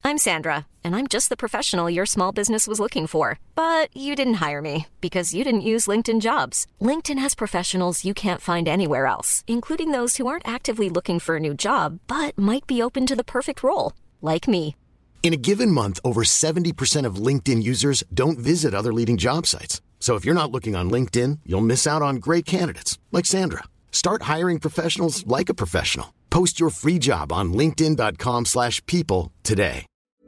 I'm Sandra, and I'm just the professional your small business was looking for. But you didn't hire me because you didn't use LinkedIn Jobs. LinkedIn has professionals you can't find anywhere else, including those who aren't actively looking for a new job, but might be open to the perfect role, like me. In a given month, over 70% of LinkedIn users don't visit other leading job sites. So if you're not looking on LinkedIn, you'll miss out on great candidates like Sandra. Start hiring professionals like a professional. Post your free job on linkedin.com/people today.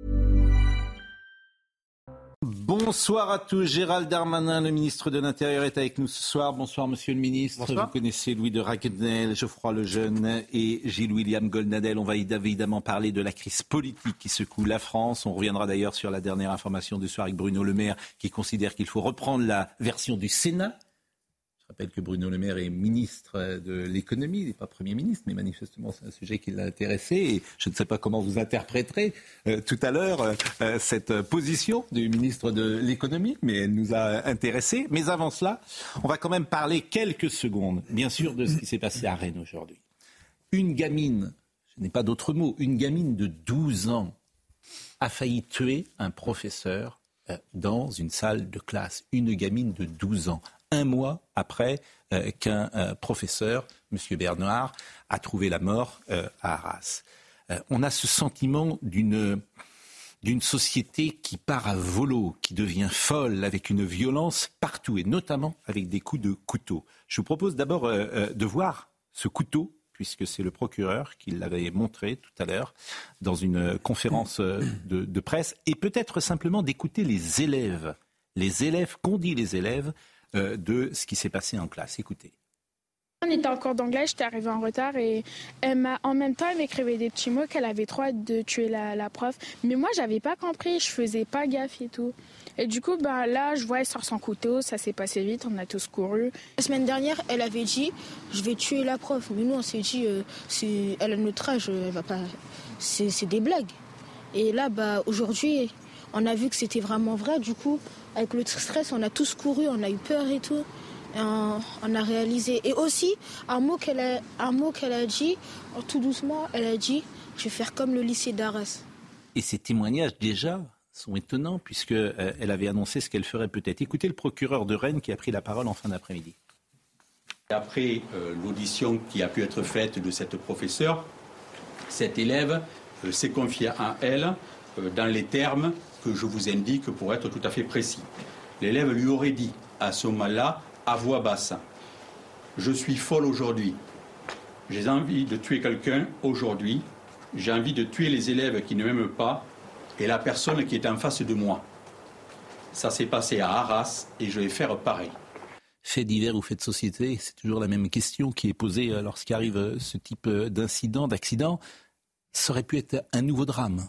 Bonsoir à tous. Gérald Darmanin, le ministre de l'Intérieur, est avec nous ce soir. Bonsoir, monsieur le ministre. Bonsoir. Vous connaissez Louis de Raguenel, Geoffroy Lejeune et Gilles-William Goldnadel. On va évidemment parler de la crise politique qui secoue la France. On reviendra d'ailleurs sur la dernière information du soir avec Bruno Le Maire, qui considère qu'il faut reprendre la version du Sénat. Je rappelle que Bruno Le Maire est ministre de l'économie, il n'est pas Premier ministre, mais manifestement c'est un sujet qui l'a intéressé et je ne sais pas comment vous interpréterez tout à l'heure cette position du ministre de l'économie, mais elle nous a intéressés. Mais avant cela, on va quand même parler quelques secondes, bien sûr, de ce qui s'est passé à Rennes aujourd'hui. Une gamine, je n'ai pas d'autre mot, une gamine de 12 ans a failli tuer un professeur dans une salle de classe. Une gamine de 12 ans. Un mois après qu'un professeur, M. Bernard, a trouvé la mort à Arras. On a ce sentiment d'une société qui part à volo, qui devient folle, avec une violence partout, et notamment avec des coups de couteau. Je vous propose d'abord de voir ce couteau, puisque c'est le procureur qui l'avait montré tout à l'heure dans une conférence de presse, et peut-être simplement d'écouter les élèves, qu'ont dit les élèves, de ce qui s'est passé en classe. Écoutez. On était en cours d'anglais, j'étais arrivée en retard et en même temps, elle m'écrivait des petits mots qu'elle avait trop hâte de tuer la prof. Mais moi, j'avais pas compris, je faisais pas gaffe et tout. Et du coup, là, je vois, elle sort son couteau, ça s'est passé vite, on a tous couru. La semaine dernière, elle avait dit, je vais tuer la prof. Mais nous, on s'est dit, elle a notre âge, elle va pas... C'est des blagues. Et là, aujourd'hui, on a vu que c'était vraiment vrai, du coup... Avec le stress, on a tous couru, on a eu peur et tout. Et on a réalisé. Et aussi, un mot qu'elle a dit, tout doucement, elle a dit « Je vais faire comme le lycée d'Arras ». Et ces témoignages, déjà, sont étonnants, puisqu'elle avait annoncé ce qu'elle ferait peut-être. Écoutez le procureur de Rennes qui a pris la parole en fin d'après-midi. Après l'audition qui a pu être faite de cette professeure, cette élève s'est confiée à elle dans les termes que je vous indique pour être tout à fait précis. L'élève lui aurait dit à ce moment-là, à voix basse, « Je suis folle aujourd'hui. J'ai envie de tuer quelqu'un aujourd'hui. J'ai envie de tuer les élèves qui ne m'aiment pas et la personne qui est en face de moi. » Ça s'est passé à Arras et je vais faire pareil. Fait divers ou fait de société, c'est toujours la même question qui est posée lorsqu'arrive ce type d'incident, d'accident. Ça aurait pu être un nouveau drame.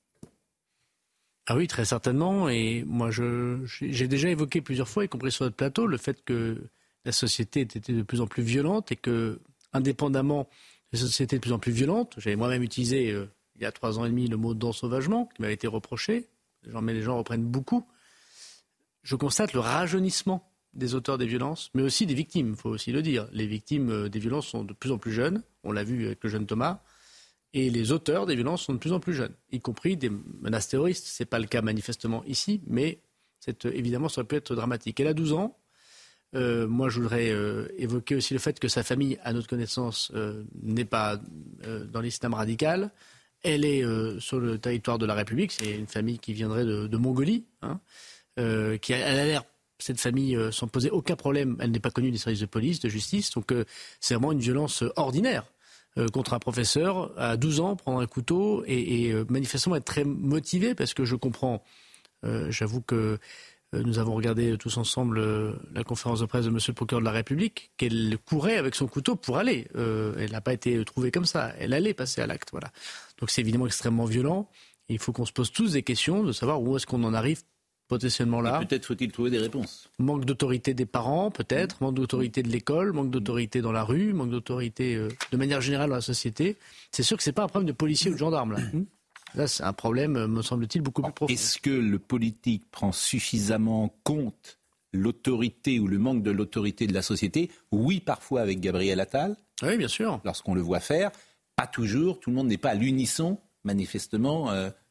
Ah oui, très certainement. Et moi, j'ai déjà évoqué plusieurs fois, y compris sur notre plateau, le fait que la société était de plus en plus violente et que, indépendamment de la société de plus en plus violente, j'avais moi-même utilisé il y a 3 ans et demi le mot d'ensauvagement qui m'avait été reproché. Mais les gens reprennent beaucoup. Je constate le rajeunissement des auteurs des violences, mais aussi des victimes, il faut aussi le dire. Les victimes des violences sont de plus en plus jeunes. On l'a vu avec le jeune Thomas. Et les auteurs des violences sont de plus en plus jeunes, y compris des menaces terroristes. Ce n'est pas le cas manifestement ici, mais évidemment, ça aurait pu être dramatique. Elle a 12 ans. Moi, je voudrais évoquer aussi le fait que sa famille, à notre connaissance, n'est pas dans l'islam radical. Elle est sur le territoire de la République. C'est une famille qui viendrait de Mongolie. Elle a l'air, cette famille, sans poser aucun problème. Elle n'est pas connue des services de police, de justice. Donc, c'est vraiment une violence ordinaire. Contre un professeur à 12 ans, prendre un couteau et manifestement être très motivé parce que je comprends, j'avoue que nous avons regardé tous ensemble la conférence de presse de monsieur le procureur de la République, qu'elle courait avec son couteau pour aller. Elle n'a pas été trouvée comme ça, elle allait passer à l'acte. Voilà. Donc c'est évidemment extrêmement violent. Et il faut qu'on se pose tous des questions de savoir où est-ce qu'on en arrive potentiellement là. Et peut-être faut-il trouver des réponses. Manque d'autorité des parents, peut-être, manque d'autorité de l'école, manque d'autorité dans la rue, manque d'autorité de manière générale dans la société. C'est sûr que c'est pas un problème de policiers ou de gendarmes, là. Là, c'est un problème, me semble-t-il, beaucoup plus profond. Est-ce que le politique prend suffisamment compte l'autorité ou le manque de l'autorité de la société? Oui, parfois avec Gabriel Attal. Oui, bien sûr. Lorsqu'on le voit faire. Pas toujours, tout le monde n'est pas à l'unisson, manifestement,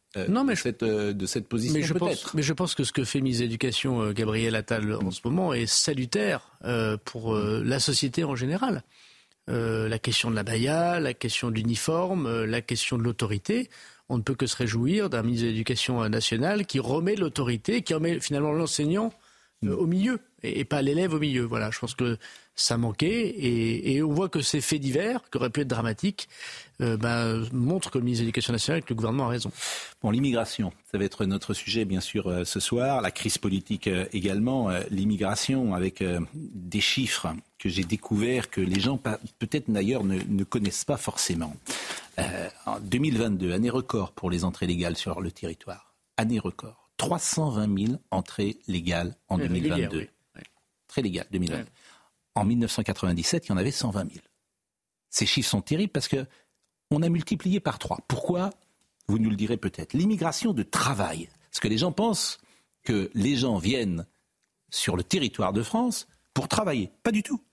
de cette position mais je pense que ce que fait ministre de l'Éducation Gabriel Attal en ce moment est salutaire pour la société en général. La question de la baya, la question de l'uniforme, la question de l'autorité. On ne peut que se réjouir d'un ministre de l'Éducation nationale qui remet l'autorité, qui remet finalement l'enseignant au milieu et pas l'élève au milieu. Voilà, je pense que ça manquait et on voit que ces faits divers, qui auraient pu être dramatiques, montrent que le ministre de l'Éducation nationale et que le gouvernement a raison. Bon, l'immigration, ça va être notre sujet bien sûr ce soir, la crise politique également, l'immigration avec des chiffres que j'ai découverts, que les gens peut-être d'ailleurs ne connaissent pas forcément. En 2022, année record pour les entrées légales sur le territoire, année record. 320 000 entrées légales en 2022. Oui. Très légales, 2022. Oui. En 1997, il y en avait 120 000. Ces chiffres sont terribles parce qu'on a multiplié par 3. Pourquoi ? Vous nous le direz peut-être. L'immigration de travail. Parce que les gens pensent que les gens viennent sur le territoire de France pour travailler. Pas du tout.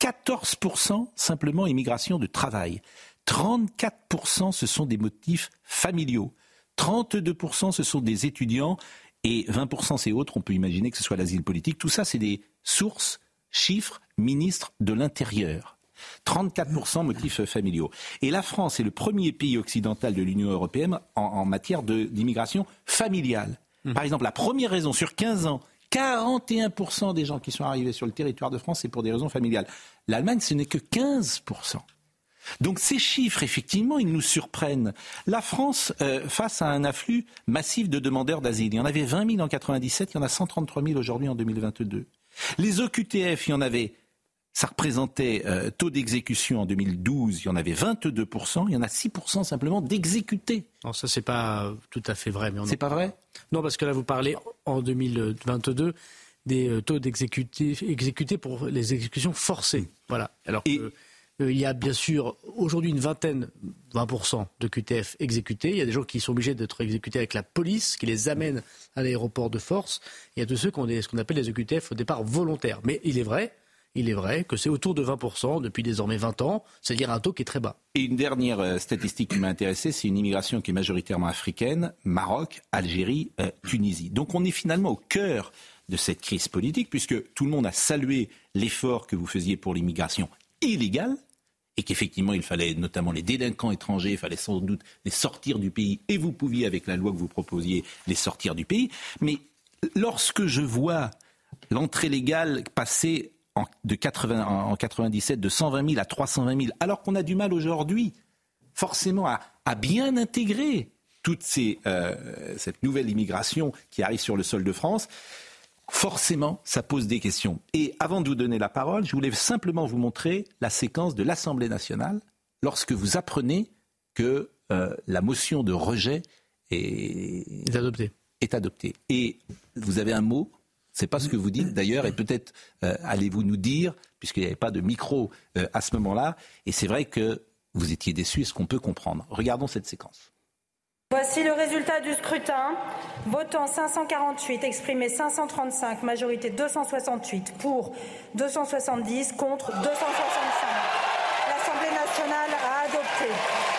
14% simplement immigration de travail. 34% ce sont des motifs familiaux. 32% ce sont des étudiants et 20% c'est autres, on peut imaginer que ce soit l'asile politique. Tout ça c'est des sources, chiffres, ministre de l'Intérieur. 34% motifs familiaux. Et la France est le premier pays occidental de l'Union européenne en matière d'immigration familiale. Par exemple, la première raison sur 15 ans, 41% des gens qui sont arrivés sur le territoire de France, c'est pour des raisons familiales. L'Allemagne, ce n'est que 15%. Donc ces chiffres, effectivement, ils nous surprennent. La France, face à un afflux massif de demandeurs d'asile, il y en avait 20 000 en 1997, il y en a 133 000 aujourd'hui en 2022. Les OQTF, il y en avait, ça représentait taux d'exécution en 2012, il y en avait 22%, il y en a 6% simplement d'exécutés. Non, ça c'est pas tout à fait vrai. Mais c'est pas vrai ? Non, parce que là vous parlez en 2022 des taux exécutés pour les exécutions forcées. Voilà. Alors que il y a bien sûr aujourd'hui une 20% de QTF exécutés. Il y a des gens qui sont obligés d'être exécutés avec la police, qui les amène à l'aéroport de force. Il y a de ceux qui ont ce qu'on appelle les EQTF au départ volontaires. Mais il est vrai que c'est autour de 20% depuis désormais 20 ans, c'est-à-dire un taux qui est très bas. Et une dernière statistique qui m'a intéressé, c'est une immigration qui est majoritairement africaine, Maroc, Algérie, Tunisie. Donc on est finalement au cœur de cette crise politique, puisque tout le monde a salué l'effort que vous faisiez pour l'immigration illégale, et qu'effectivement il fallait notamment les délinquants étrangers, il fallait sans doute les sortir du pays, et vous pouviez avec la loi que vous proposiez les sortir du pays. Mais lorsque je vois l'entrée légale passer en 97 de 120 000 à 320 000, alors qu'on a du mal aujourd'hui forcément à bien intégrer toute cette nouvelle immigration qui arrive sur le sol de France, forcément, ça pose des questions. Et avant de vous donner la parole, je voulais simplement vous montrer la séquence de l'Assemblée nationale lorsque vous apprenez que la motion de rejet est adoptée. Et vous avez un mot, c'est pas ce que vous dites d'ailleurs, et peut-être allez-vous nous dire, puisqu'il n'y avait pas de micro à ce moment-là, et c'est vrai que vous étiez déçus, ce qu'on peut comprendre. Regardons cette séquence. Voici le résultat du scrutin. Votant 548, exprimé 535, majorité 268, pour 270, contre 265. L'Assemblée nationale a adopté.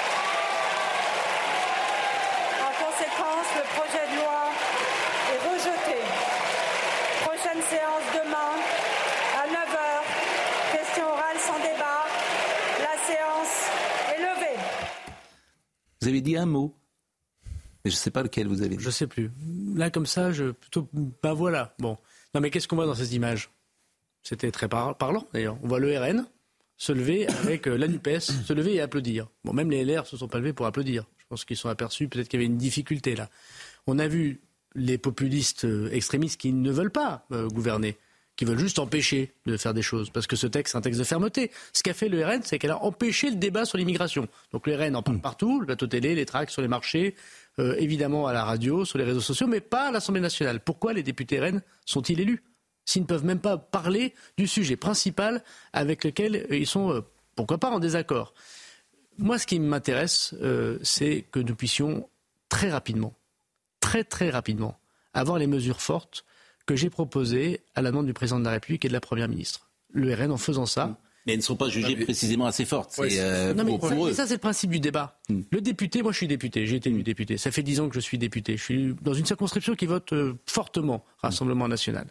En conséquence, le projet de loi est rejeté. Prochaine séance demain à 9h. Question orale sans débat. La séance est levée. Vous avez dit un mot. Mais je ne sais pas lequel vous avez dit. Je ne sais plus. Là, comme ça, voilà. Bon. Non, mais qu'est-ce qu'on voit dans ces images ? C'était très parlant, d'ailleurs. On voit le RN se lever avec la NUPES, se lever et applaudir. Bon, même les LR ne se sont pas levés pour applaudir. Je pense qu'ils sont aperçus, peut-être qu'il y avait une difficulté là. On a vu les populistes extrémistes qui ne veulent pas gouverner, qui veulent juste empêcher de faire des choses, parce que ce texte, c'est un texte de fermeté. Ce qu'a fait le RN, c'est qu'elle a empêché le débat sur l'immigration. Donc le RN en parle partout, le plateau télé, les tracts sur les marchés, évidemment à la radio, sur les réseaux sociaux, mais pas à l'Assemblée nationale. Pourquoi les députés RN sont-ils élus ? S'ils ne peuvent même pas parler du sujet principal avec lequel ils sont, pourquoi pas, en désaccord. Moi, ce qui m'intéresse, c'est que nous puissions très rapidement, très rapidement, avoir les mesures fortes que j'ai proposées à la demande du président de la République et de la Première ministre. Le RN, en faisant ça, Mais elles ne sont pas jugées précisément assez fortes. Pour eux. Ça, c'est le principe du débat. Le député, moi je suis député, j'ai été élu député. Ça fait 10 ans que je suis député. Je suis dans une circonscription qui vote fortement Rassemblement national.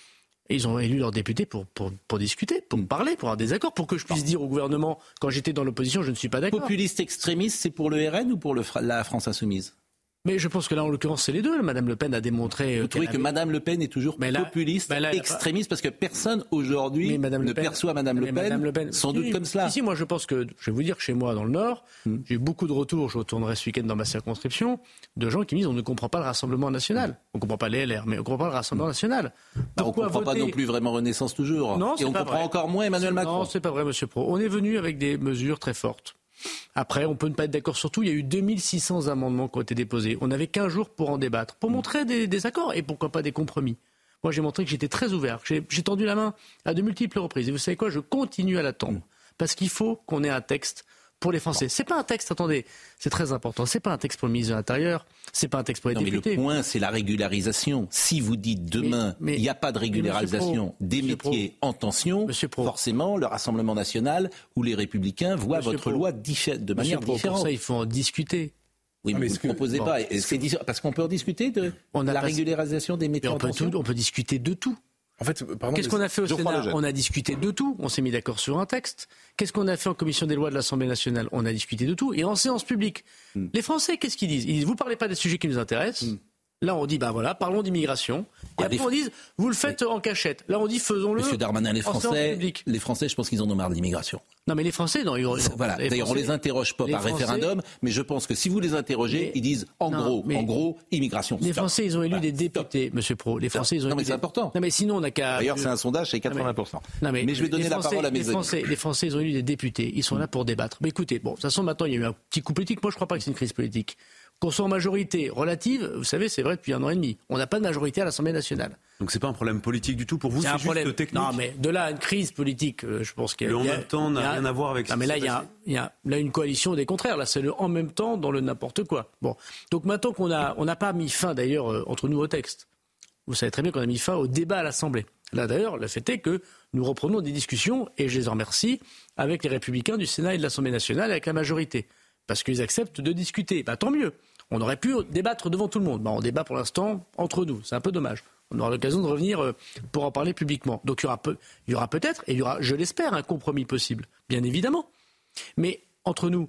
Et ils ont élu leurs députés pour discuter, pour parler, pour avoir des accords, pour que je puisse dire au gouvernement, quand j'étais dans l'opposition, je ne suis pas d'accord. Populiste extrémiste, c'est pour le RN ou pour la France Insoumise ? Mais je pense que là, en l'occurrence, c'est les deux. Madame Le Pen a démontré... Vous trouvez que Madame Le Pen est toujours populiste, extrémiste, parce que personne aujourd'hui ne perçoit Madame Le Pen sans doute comme cela. Si, moi je pense que, je vais vous dire que chez moi, dans le Nord, j'ai eu beaucoup de retours, je retournerai ce week-end dans ma circonscription, de gens qui me disent on ne comprend pas le Rassemblement national. On ne comprend pas les LR, mais on ne comprend pas le Rassemblement national. Pourquoi on ne comprend pas non plus vraiment Renaissance toujours. Non, et on comprend encore moins Emmanuel Macron. Non, c'est pas vrai, Monsieur Pro. On est venu avec des mesures très fortes. Après, on peut ne pas être d'accord sur tout. Il y a eu 2600 amendements qui ont été déposés. On n'avait qu'un jour pour en débattre, pour montrer des accords et pourquoi pas des compromis. Moi, j'ai montré que j'étais très ouvert. J'ai tendu la main à de multiples reprises. Et vous savez quoi ? Je continue à l'attendre. Parce qu'il faut qu'on ait un texte pour les Français. C'est pas un texte, attendez, c'est très important. C'est pas un texte pour le ministre de l'Intérieur. C'est pas un texte pour les députés. Mais le point, c'est la régularisation. Si vous dites demain, il n'y a pas de régularisation des métiers en tension, forcément, le Rassemblement national ou les Républicains voient votre loi de manière différente. Pour ça, il faut en discuter. Oui, mais vous ne proposez pas. Parce qu'on peut en discuter de la régularisation des métiers en tension. On peut discuter de tout. En fait, qu'est-ce qu'on a fait au Sénat ? On a discuté de tout. On s'est mis d'accord sur un texte. Qu'est-ce qu'on a fait en commission des lois de l'Assemblée nationale ? On a discuté de tout. Et en séance publique, les Français, qu'est-ce qu'ils disent ? Ils disent, vous ne parlez pas des sujets qui nous intéressent. Là, on dit, parlons d'immigration. Et après, on dit, vous le faites en cachette. Là, on dit, faisons-le. Monsieur Darmanin, les Français, je pense qu'ils en ont marre de l'immigration. Non, mais les Français, non. D'ailleurs, on les interroge pas par référendum, mais je pense que si vous les interrogez, ils disent, en gros, immigration. Les Français, ils ont élu des députés, Monsieur Pro. Les Français, ils ont élu. Non, mais c'est important. Non, mais sinon, on n'a qu'à. D'ailleurs, c'est un sondage, c'est 80%. Mais je vais donner la parole à mes amis. Les Français, ils ont élu des députés. Ils sont là pour débattre. Mais écoutez, de toute façon, maintenant, il y a eu un petit coup politique. Moi, je crois pas que c'est une crise politique. Qu'on soit en majorité relative, vous savez, c'est vrai depuis 1 an et demi. On n'a pas de majorité à l'Assemblée nationale. Donc c'est pas un problème politique du tout pour vous, c'est juste problème technique. Non, mais de là à une crise politique, je pense qu'il y a. Le en même temps n'a rien à voir avec. Non, mais là il y a là une coalition des contraires. Là, c'est le en même temps dans le n'importe quoi. Bon, donc maintenant on n'a pas mis fin d'ailleurs entre nous au texte. Vous savez très bien qu'on a mis fin au débat à l'Assemblée. Là d'ailleurs, le fait est que nous reprenons des discussions et je les en remercie avec les Républicains du Sénat et de l'Assemblée nationale avec la majorité, parce qu'ils acceptent de discuter. Tant mieux. On aurait pu débattre devant tout le monde. On débat pour l'instant entre nous. C'est un peu dommage. On aura l'occasion de revenir pour en parler publiquement. Donc il y aura peut-être, et il y aura, je l'espère, un compromis possible, bien évidemment. Mais entre nous,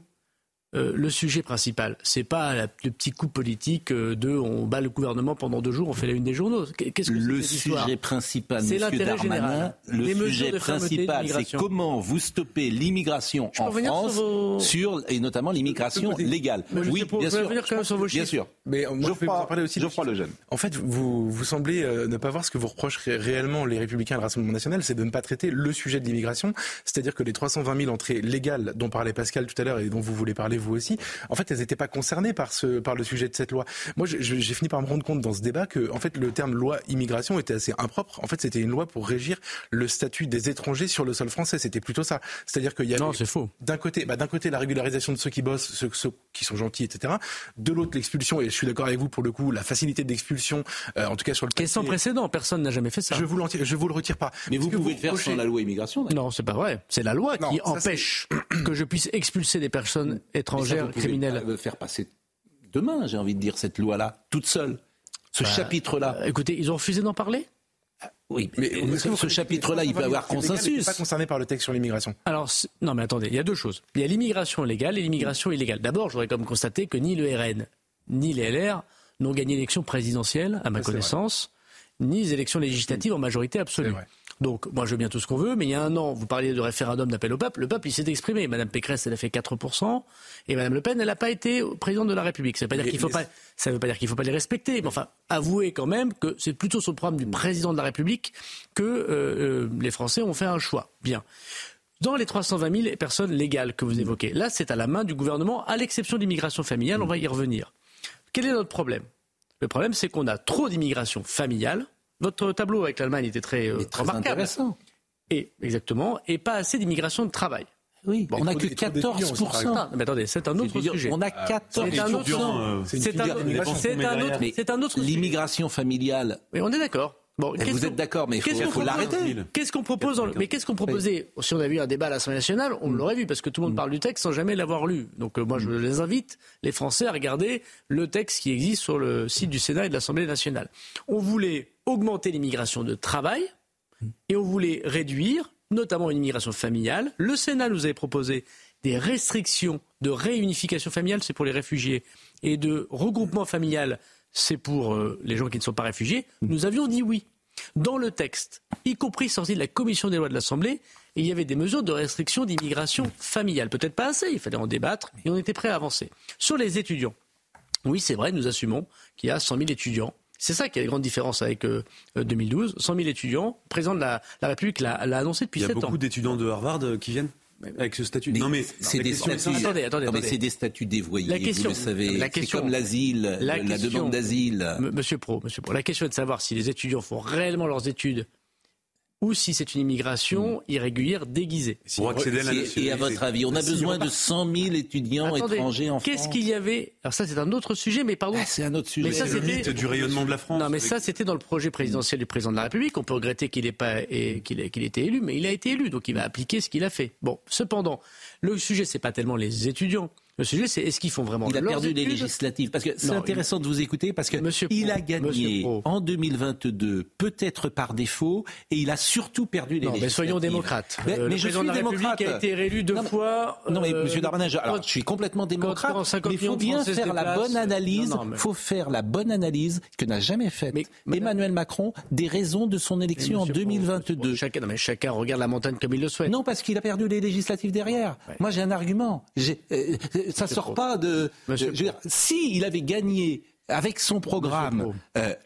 le sujet principal, c'est pas le petit coup politique on bat le gouvernement pendant 2 jours, on fait la une des journaux. Qu'est-ce que le sujet principal, c'est l'intérêt général. Le sujet principal, c'est comment vous stoppez l'immigration en France et notamment l'immigration légale. Oui, bien sûr. Bien sûr. Mais moi, je peux en parler aussi. Geoffroy Lejeune. En fait, vous semblez ne pas voir ce que vous reprochent réellement les Républicains et le Rassemblement national, c'est de ne pas traiter le sujet de l'immigration, c'est-à-dire que les 320 000 entrées légales dont parlait Pascal tout à l'heure et dont vous voulez parler vous aussi, en fait, elles n'étaient pas concernées par le sujet de cette loi. Moi, j'ai fini par me rendre compte dans ce débat que, en fait, le terme loi immigration était assez impropre. En fait, c'était une loi pour régir le statut des étrangers sur le sol français. C'était plutôt ça. C'est-à-dire qu'il y a c'est faux. D'un côté, la régularisation de ceux qui bossent, ceux qui sont gentils, etc. De l'autre, l'expulsion. Et je suis d'accord avec vous pour le coup, la facilité d'expulsion, en tout cas sur le papier. Et sans précédent, personne n'a jamais fait ça. Je vous le retire pas. Mais vous pouvez le faire sans la loi immigration. Non, c'est pas vrai. C'est la loi qui empêche que je puisse expulser des personnes étrangères criminelles. Faire passer demain, j'ai envie de dire, cette loi-là, toute seule. Ce chapitre-là. Écoutez, ils ont refusé d'en parler ? Oui, mais ce chapitre-là, il peut y avoir consensus. Il n'est pas concerné par le texte sur l'immigration. Alors, non, mais attendez, il y a 2 choses. Il y a l'immigration légale et l'immigration illégale. D'abord, j'aurais comme constaté que ni le RN, ni les LR n'ont gagné l'élection présidentielle, à ma connaissance, ni les élections législatives en majorité absolue. Donc, moi, je veux bien tout ce qu'on veut, mais il y a 1 an, vous parliez de référendum d'appel au peuple. Le peuple, il s'est exprimé. Madame Pécresse, elle a fait 4%, et Madame Le Pen, elle n'a pas été présidente de la République. Ça ne veut pas dire qu'il ne faut pas les respecter, mais enfin, avouez quand même que c'est plutôt sur le programme du président de la République que les Français ont fait un choix. Bien. Dans les 320 000 personnes légales que vous évoquez, là, c'est à la main du gouvernement, à l'exception d'immigration familiale, on va y revenir. Quel est notre problème ? Le problème, c'est qu'on a trop d'immigration familiale. Votre tableau avec l'Allemagne était très remarquable. Intéressant. Exactement, et pas assez d'immigration de travail. Oui, on n'a que 14%. Mais attendez, c'est un autre sujet. On a 14%. C'est un autre. L'immigration familiale. Mais on est d'accord. Bon, vous êtes d'accord, mais il faut l'arrêter. Qu'est-ce qu'on propose qu'est-ce qu'on proposait ? Si on avait eu un débat à l'Assemblée nationale, on l'aurait vu, parce que tout le monde parle du texte sans jamais l'avoir lu. Donc moi, je les invite, les Français, à regarder le texte qui existe sur le site du Sénat et de l'Assemblée nationale. On voulait augmenter l'immigration de travail et on voulait réduire, notamment une immigration familiale. Le Sénat nous avait proposé des restrictions de réunification familiale, c'est pour les réfugiés, et de regroupement familial, c'est pour les gens qui ne sont pas réfugiés. Nous avions dit oui. Dans le texte, y compris sorti de la commission des lois de l'Assemblée, il y avait des mesures de restriction d'immigration familiale. Peut-être pas assez, il fallait en débattre, et on était prêt à avancer. Sur les étudiants, oui, c'est vrai, nous assumons qu'il y a 100 000 étudiants. C'est ça qui a une grande différence avec 2012. 100 000 étudiants, le président de la République l'a annoncé depuis 7 ans. Il y a beaucoup d'étudiants de Harvard qui viennent avec ce statut. C'est des statuts. Attendez. C'est des statuts dévoyés. Vous le savez. C'est comme l'asile, la demande d'asile. Monsieur Pro, la question est de savoir si les étudiants font réellement leurs études ou si c'est une immigration irrégulière déguisée. Pour accéder à la nationalité. Et à votre avis, on a besoin de 100 000 étudiants étrangers en France. Qu'est-ce qu'il y avait ? Alors ça, c'est un autre sujet, mais pardon. C'est un autre sujet. Mais ça, c'est le mythe du rayonnement de la France. Non, mais ça, c'était dans le projet présidentiel du président de la République. On peut regretter qu'il ait été élu, mais il a été élu, donc il va appliquer ce qu'il a fait. Bon, cependant, le sujet, c'est pas tellement les étudiants. Le sujet, c'est est-ce qu'ils font vraiment leurs études ? Il a perdu les législatives. Parce que c'est intéressant de vous écouter, parce qu'il a gagné en 2022, peut-être par défaut, et il a surtout perdu les législatives. Mais soyons démocrates. Mais je suis démocrate. A été réélu 2 fois. Non, mais M. Darmanin, je suis complètement démocrate, mais il faut bien faire la bonne analyse. Il faut faire la bonne analyse que n'a jamais faite Emmanuel Macron des raisons de son élection en 2022. Chacun regarde la montagne comme il le souhaite. Non, parce qu'il a perdu les législatives derrière. Ouais. Moi, j'ai un argument. Ça sort pas de. Si il avait gagné avec son programme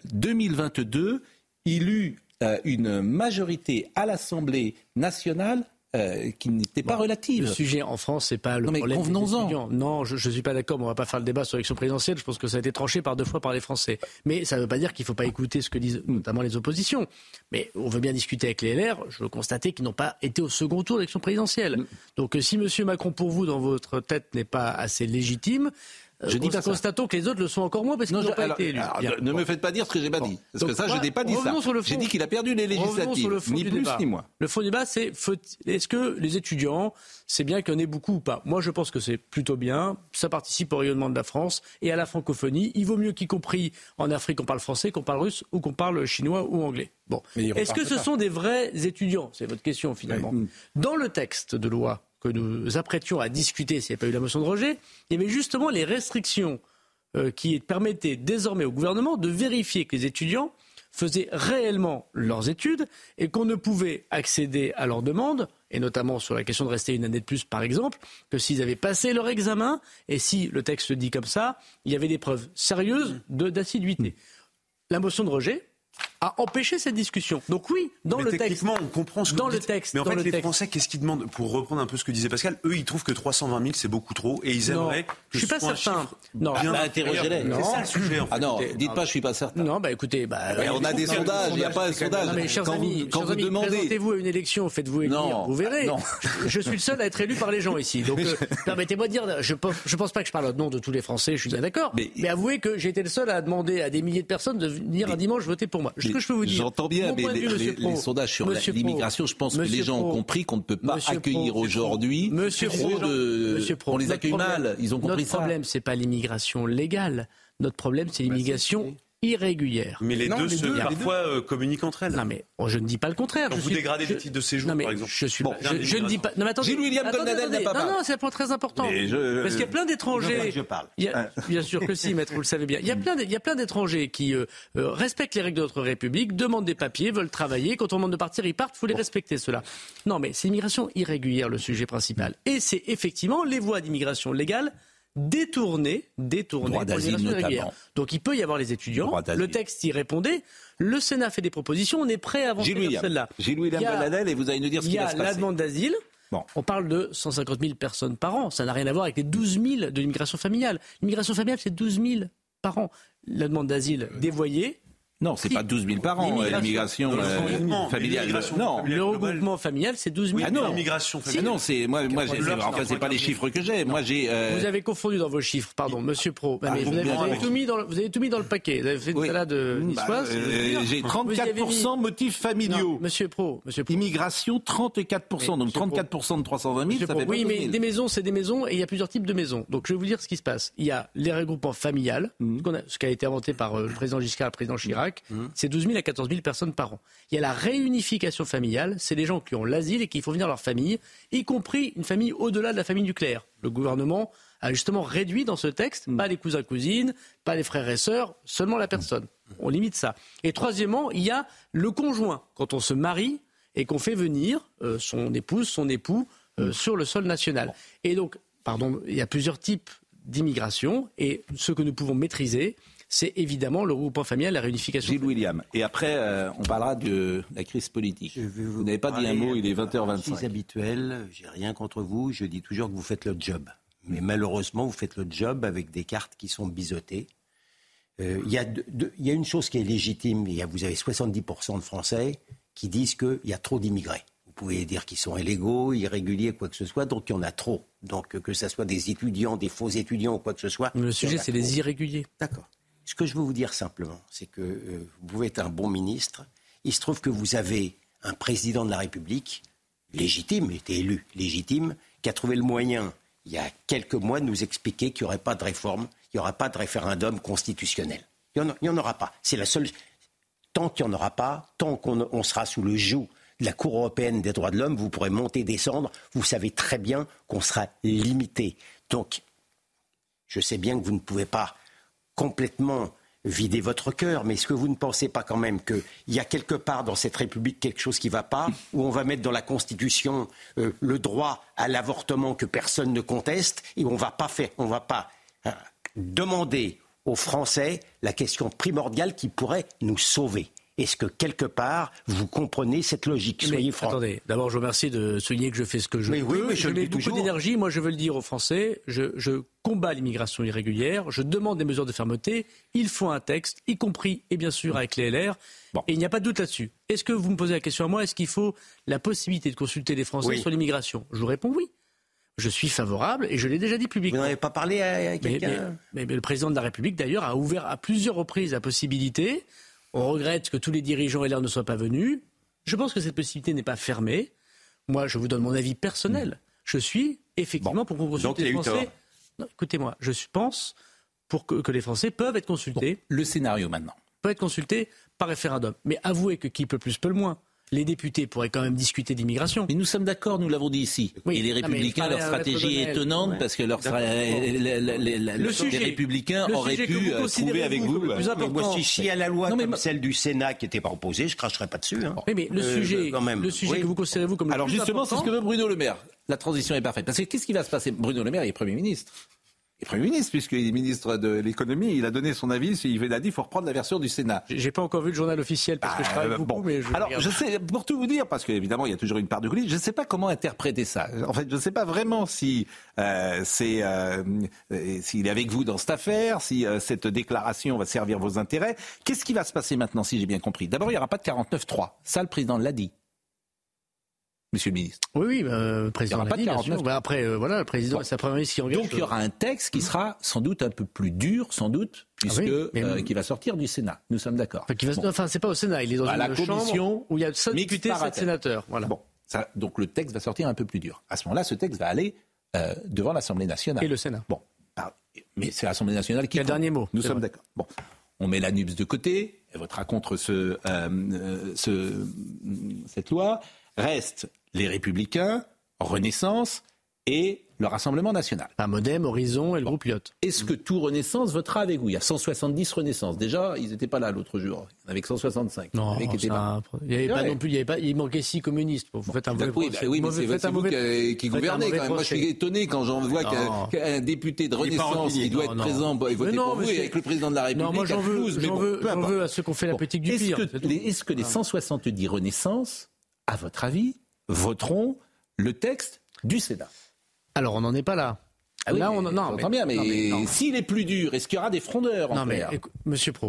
2022, il eut une majorité à l'Assemblée nationale qui n'était pas relative. Le sujet en France, c'est pas le problème des étudiants. Non, je suis pas d'accord. On va pas faire le débat sur l'élection présidentielle. Je pense que ça a été tranché par 2 fois par les Français. Mais ça ne veut pas dire qu'il faut pas écouter ce que disent notamment les oppositions. Mais on veut bien discuter avec les LR. Je veux constater qu'ils n'ont pas été au second tour de l'élection présidentielle. Donc si M. Macron, pour vous, dans votre tête, n'est pas assez légitime, constatons que les autres le sont encore moins parce qu'ils n'ont pas été élus. Ne me faites pas dire ce que j'ai pas dit. Parce que ça, je n'ai pas dit ça. J'ai dit qu'il a perdu les législatives. Ni plus ni moins. Le fond du débat, c'est est-ce que les étudiants, c'est bien qu'il y en ait beaucoup ou pas ? Moi, je pense que c'est plutôt bien. Ça participe au rayonnement de la France et à la francophonie. Il vaut mieux qu'y compris en Afrique, on parle français, qu'on parle russe ou qu'on parle chinois ou anglais. Bon. Est-ce que ce sont des vrais étudiants ? C'est votre question, finalement. Oui. Dans le texte de loi que nous apprêtions à discuter s'il n'y avait pas eu la motion de rejet, il y avait justement les restrictions qui permettaient désormais au gouvernement de vérifier que les étudiants faisaient réellement leurs études et qu'on ne pouvait accéder à leurs demandes, et notamment sur la question de rester une année de plus par exemple, que s'ils avaient passé leur examen et si, le texte dit comme ça, il y avait des preuves sérieuses d'assiduité. La motion de rejet a empêché cette discussion. Donc oui, dans le texte... Techniquement, on comprend ce que vous dites. Mais en fait, les Français, qu'est-ce qu'ils demandent ? Pour reprendre un peu ce que disait Pascal, eux, ils trouvent que 320 000, c'est beaucoup trop, et ils aimeraient que ce soit un chiffre bien... interrogez-les. C'est ça le sujet, en fait. Ah non, dites pas, je suis pas certain. Non, écoutez... on a des sondages, il n'y a pas un sondage. Non, mais chers amis, présentez-vous à une élection, faites-vous élire, vous verrez. Je suis le seul à être élu par les gens ici. Donc, permettez-moi de dire, je pense pas que je parle au nom de tous les Français, je suis bien d'accord, mais avouez que j'ai été le seul à demander à des milliers de personnes de venir un dimanche voter pour moi. Ce que je peux vous dire... J'entends bien, mais les sondages sur l'immigration, je pense que les gens ont compris qu'on ne peut pas accueillir aujourd'hui trop de... On les accueille mal, ils ont compris ça. Notre problème, c'est pas l'immigration légale. Notre problème, c'est l'immigration irrégulière. Mais les deux parfois communiquent entre elles. Non, mais je ne dis pas le contraire. Vous dégradez les titres de séjour, par exemple. Je ne dis pas... Non, mais attendez. Gilles-William Goldnadel n'a pas parlé. Non, c'est un point très important. Parce qu'il y a plein d'étrangers... Je parle. Bien sûr que si, maître, vous le savez bien. Il y a plein d'étrangers qui respectent les règles de notre République, demandent des papiers, veulent travailler. Quand on demande de partir, ils partent. Il faut les respecter, ceux-là. Non, mais c'est l'immigration irrégulière, le sujet principal. Et c'est effectivement les voies d'immigration légale détourné pour l'immigration irrégulière. Donc il peut y avoir les étudiants, le texte y répondait, le Sénat fait des propositions, on est prêt à avancer vers celle-là. Gilles-William Goldnadel, et vous allez nous dire ce qui va se passer. Il y a la demande d'asile, on parle de 150 000 personnes par an, ça n'a rien à voir avec les 12 000 de l'immigration familiale. L'immigration familiale, c'est 12 000 par an. La demande d'asile dévoyée, Non, c'est pas 12 000 par an, l'immigration familiale. Non, le regroupement familial, c'est 12 000. Ah non, l'immigration familiale. non, c'est pas les chiffres que j'ai. Moi, j'ai. Vous avez confondu dans vos chiffres, pardon, Monsieur Pro. Mais vous avez tout mis dans le paquet. Vous avez fait une salade niçoise. J'ai 34% motifs familiaux. Non, Monsieur Pro. Immigration, 34%. Donc 34% de 320 000, ça fait pas 12 000. Oui, mais des maisons, c'est des maisons, et il y a plusieurs types de maisons. Donc je vais vous dire ce qui se passe. Il y a les regroupements familiales, ce qui a été inventé par le président Giscard et le président Chirac. C'est 12 000 à 14 000 personnes par an. Il y a la réunification familiale, c'est les gens qui ont l'asile et qui font venir leur famille, y compris une famille au-delà de la famille nucléaire. Le gouvernement a justement réduit dans ce texte, pas les cousins-cousines, pas les frères et sœurs, seulement la personne. On limite ça. Et troisièmement, il y a le conjoint. Quand on se marie et qu'on fait venir son épouse, son époux sur le sol national. Et donc, il y a plusieurs types d'immigration et ce que nous pouvons maîtriser, c'est évidemment le regroupement familial, la réunification. Gilles William. Et après, on parlera de la crise politique. Vous n'avez pas dit un mot, il est 20h25. C'est habituel, j'ai rien contre vous, je dis toujours que vous faites le job. Mais malheureusement, vous faites le job avec des cartes qui sont biseautées. Il y a une chose qui est légitime, vous avez 70% de Français qui disent qu'il y a trop d'immigrés. Vous pouvez dire qu'ils sont illégaux, irréguliers, quoi que ce soit, donc il y en a trop. Donc que ce soit des étudiants, des faux étudiants ou quoi que ce soit. Le sujet, c'est les irréguliers. D'accord. Ce que je veux vous dire simplement, c'est que vous pouvez être un bon ministre. Il se trouve que vous avez un président de la République légitime, était élu légitime, qui a trouvé le moyen, il y a quelques mois, de nous expliquer qu'il n'y aurait pas de réforme, il n'y aura pas de référendum constitutionnel. Il n'y en aura pas. C'est la seule. Tant qu'il n'y en aura pas, tant qu'on sera sous le joug de la Cour européenne des droits de l'homme, vous pourrez monter, descendre. Vous savez très bien qu'on sera limité. Donc, je sais bien que vous ne pouvez pas complètement vider votre cœur, mais est-ce que vous ne pensez pas quand même qu'il y a quelque part dans cette République quelque chose qui ne va pas, où on va mettre dans la Constitution le droit à l'avortement que personne ne conteste, et on ne va pas demander aux Français la question primordiale qui pourrait nous sauver. Est-ce que quelque part, vous comprenez cette logique ? Soyez francs. Attendez, d'abord je vous remercie de souligner que je fais ce que je peux. Mais je mets beaucoup d'énergie. Moi, je veux le dire aux Français. Je combats l'immigration irrégulière. Je demande des mesures de fermeté. Il faut un texte, y compris, et bien sûr, avec les LR. Bon. Et il n'y a pas de doute là-dessus. Est-ce que vous me posez la question à moi ? Est-ce qu'il faut la possibilité de consulter les Français sur l'immigration ? Je vous réponds oui. Je suis favorable et je l'ai déjà dit publiquement. Vous n'en avez pas parlé à quelqu'un ? Mais le président de la République, d'ailleurs, a ouvert à plusieurs reprises la possibilité. On regrette que tous les dirigeants LR ne soient pas venus. Je pense que cette possibilité n'est pas fermée. Moi, je vous donne mon avis personnel. Je suis effectivement pour qu'on consulte les Français. Non, écoutez-moi, je pense pour que les Français peuvent être consultés. Le scénario maintenant. Peuvent être consultés par référendum. Mais avouez que qui peut plus peut le moins. Les députés pourraient quand même discuter d'immigration. Mais nous sommes d'accord, nous l'avons dit ici. Oui, et les Républicains, leur stratégie est étonnante parce que les Républicains auraient pu trouver avec vous. Moi, si il y a la loi comme celle du Sénat qui n'était pas opposée, je ne cracherai pas dessus. Hein. Oui, mais le sujet que vous considérez vous comme le alors plus justement, important, c'est ce que veut Bruno Le Maire. La transition est parfaite. Parce que qu'est-ce qui va se passer ? Bruno Le Maire est Premier ministre. Et Premier ministre, puisqu'il est ministre de l'économie, il a donné son avis, il a dit qu'il faut reprendre la version du Sénat. J'ai pas encore vu le journal officiel parce que je travaille beaucoup, mais je sais, pour tout vous dire, parce qu'évidemment, il y a toujours une part de coulisses, je ne sais pas comment interpréter ça. En fait, je ne sais pas vraiment si s'il est avec vous dans cette affaire, si cette déclaration va servir vos intérêts. Qu'est-ce qui va se passer maintenant, si j'ai bien compris ? D'abord, il n'y aura pas de 49-3. Ça, le président l'a dit. Monsieur le ministre. Oui, le président l'a dit, bien sûr. Après, le président et sa première ministre qui engage. Donc il y aura un texte qui sera sans doute un peu plus dur, qui va sortir du Sénat. Nous sommes d'accord. C'est pas au Sénat, il est dans une chambre où il y a 7 députés, 7 sénateurs. Voilà. Bon, donc le texte va sortir un peu plus dur. À ce moment-là, ce texte va aller devant l'Assemblée nationale. Et le Sénat. Bon, mais c'est l'Assemblée nationale qui... a le dernier mot. Nous sommes d'accord. Bon, on met l'ANUPS de côté, elle votera contre cette loi. Restent les Républicains, Renaissance et le Rassemblement national. Modem, Horizon et le groupe Lyot. Est-ce que tout Renaissance votera avec vous ? Il y a 170 Renaissance. Déjà, ils n'étaient pas là l'autre jour. Il y en avait que 165. Non, il n'y avait pas non plus. Il manquait 6 communistes. Vous faites un mauvais procès. Oui, mais c'est vous qui gouvernez quand même. Moi, je suis étonné quand j'en vois qu'un député de Renaissance qui doit être présent et voter pour vous avec le président de la République. Non, moi, j'en veux à ceux qui ont fait la politique du pire. Est-ce que les 170 Renaissance, à votre avis, voteront le texte du Sénat ? Alors, on n'en est pas là. Là, on entend bien, mais s'il est plus dur, est-ce qu'il y aura des frondeurs ? Monsieur Pro,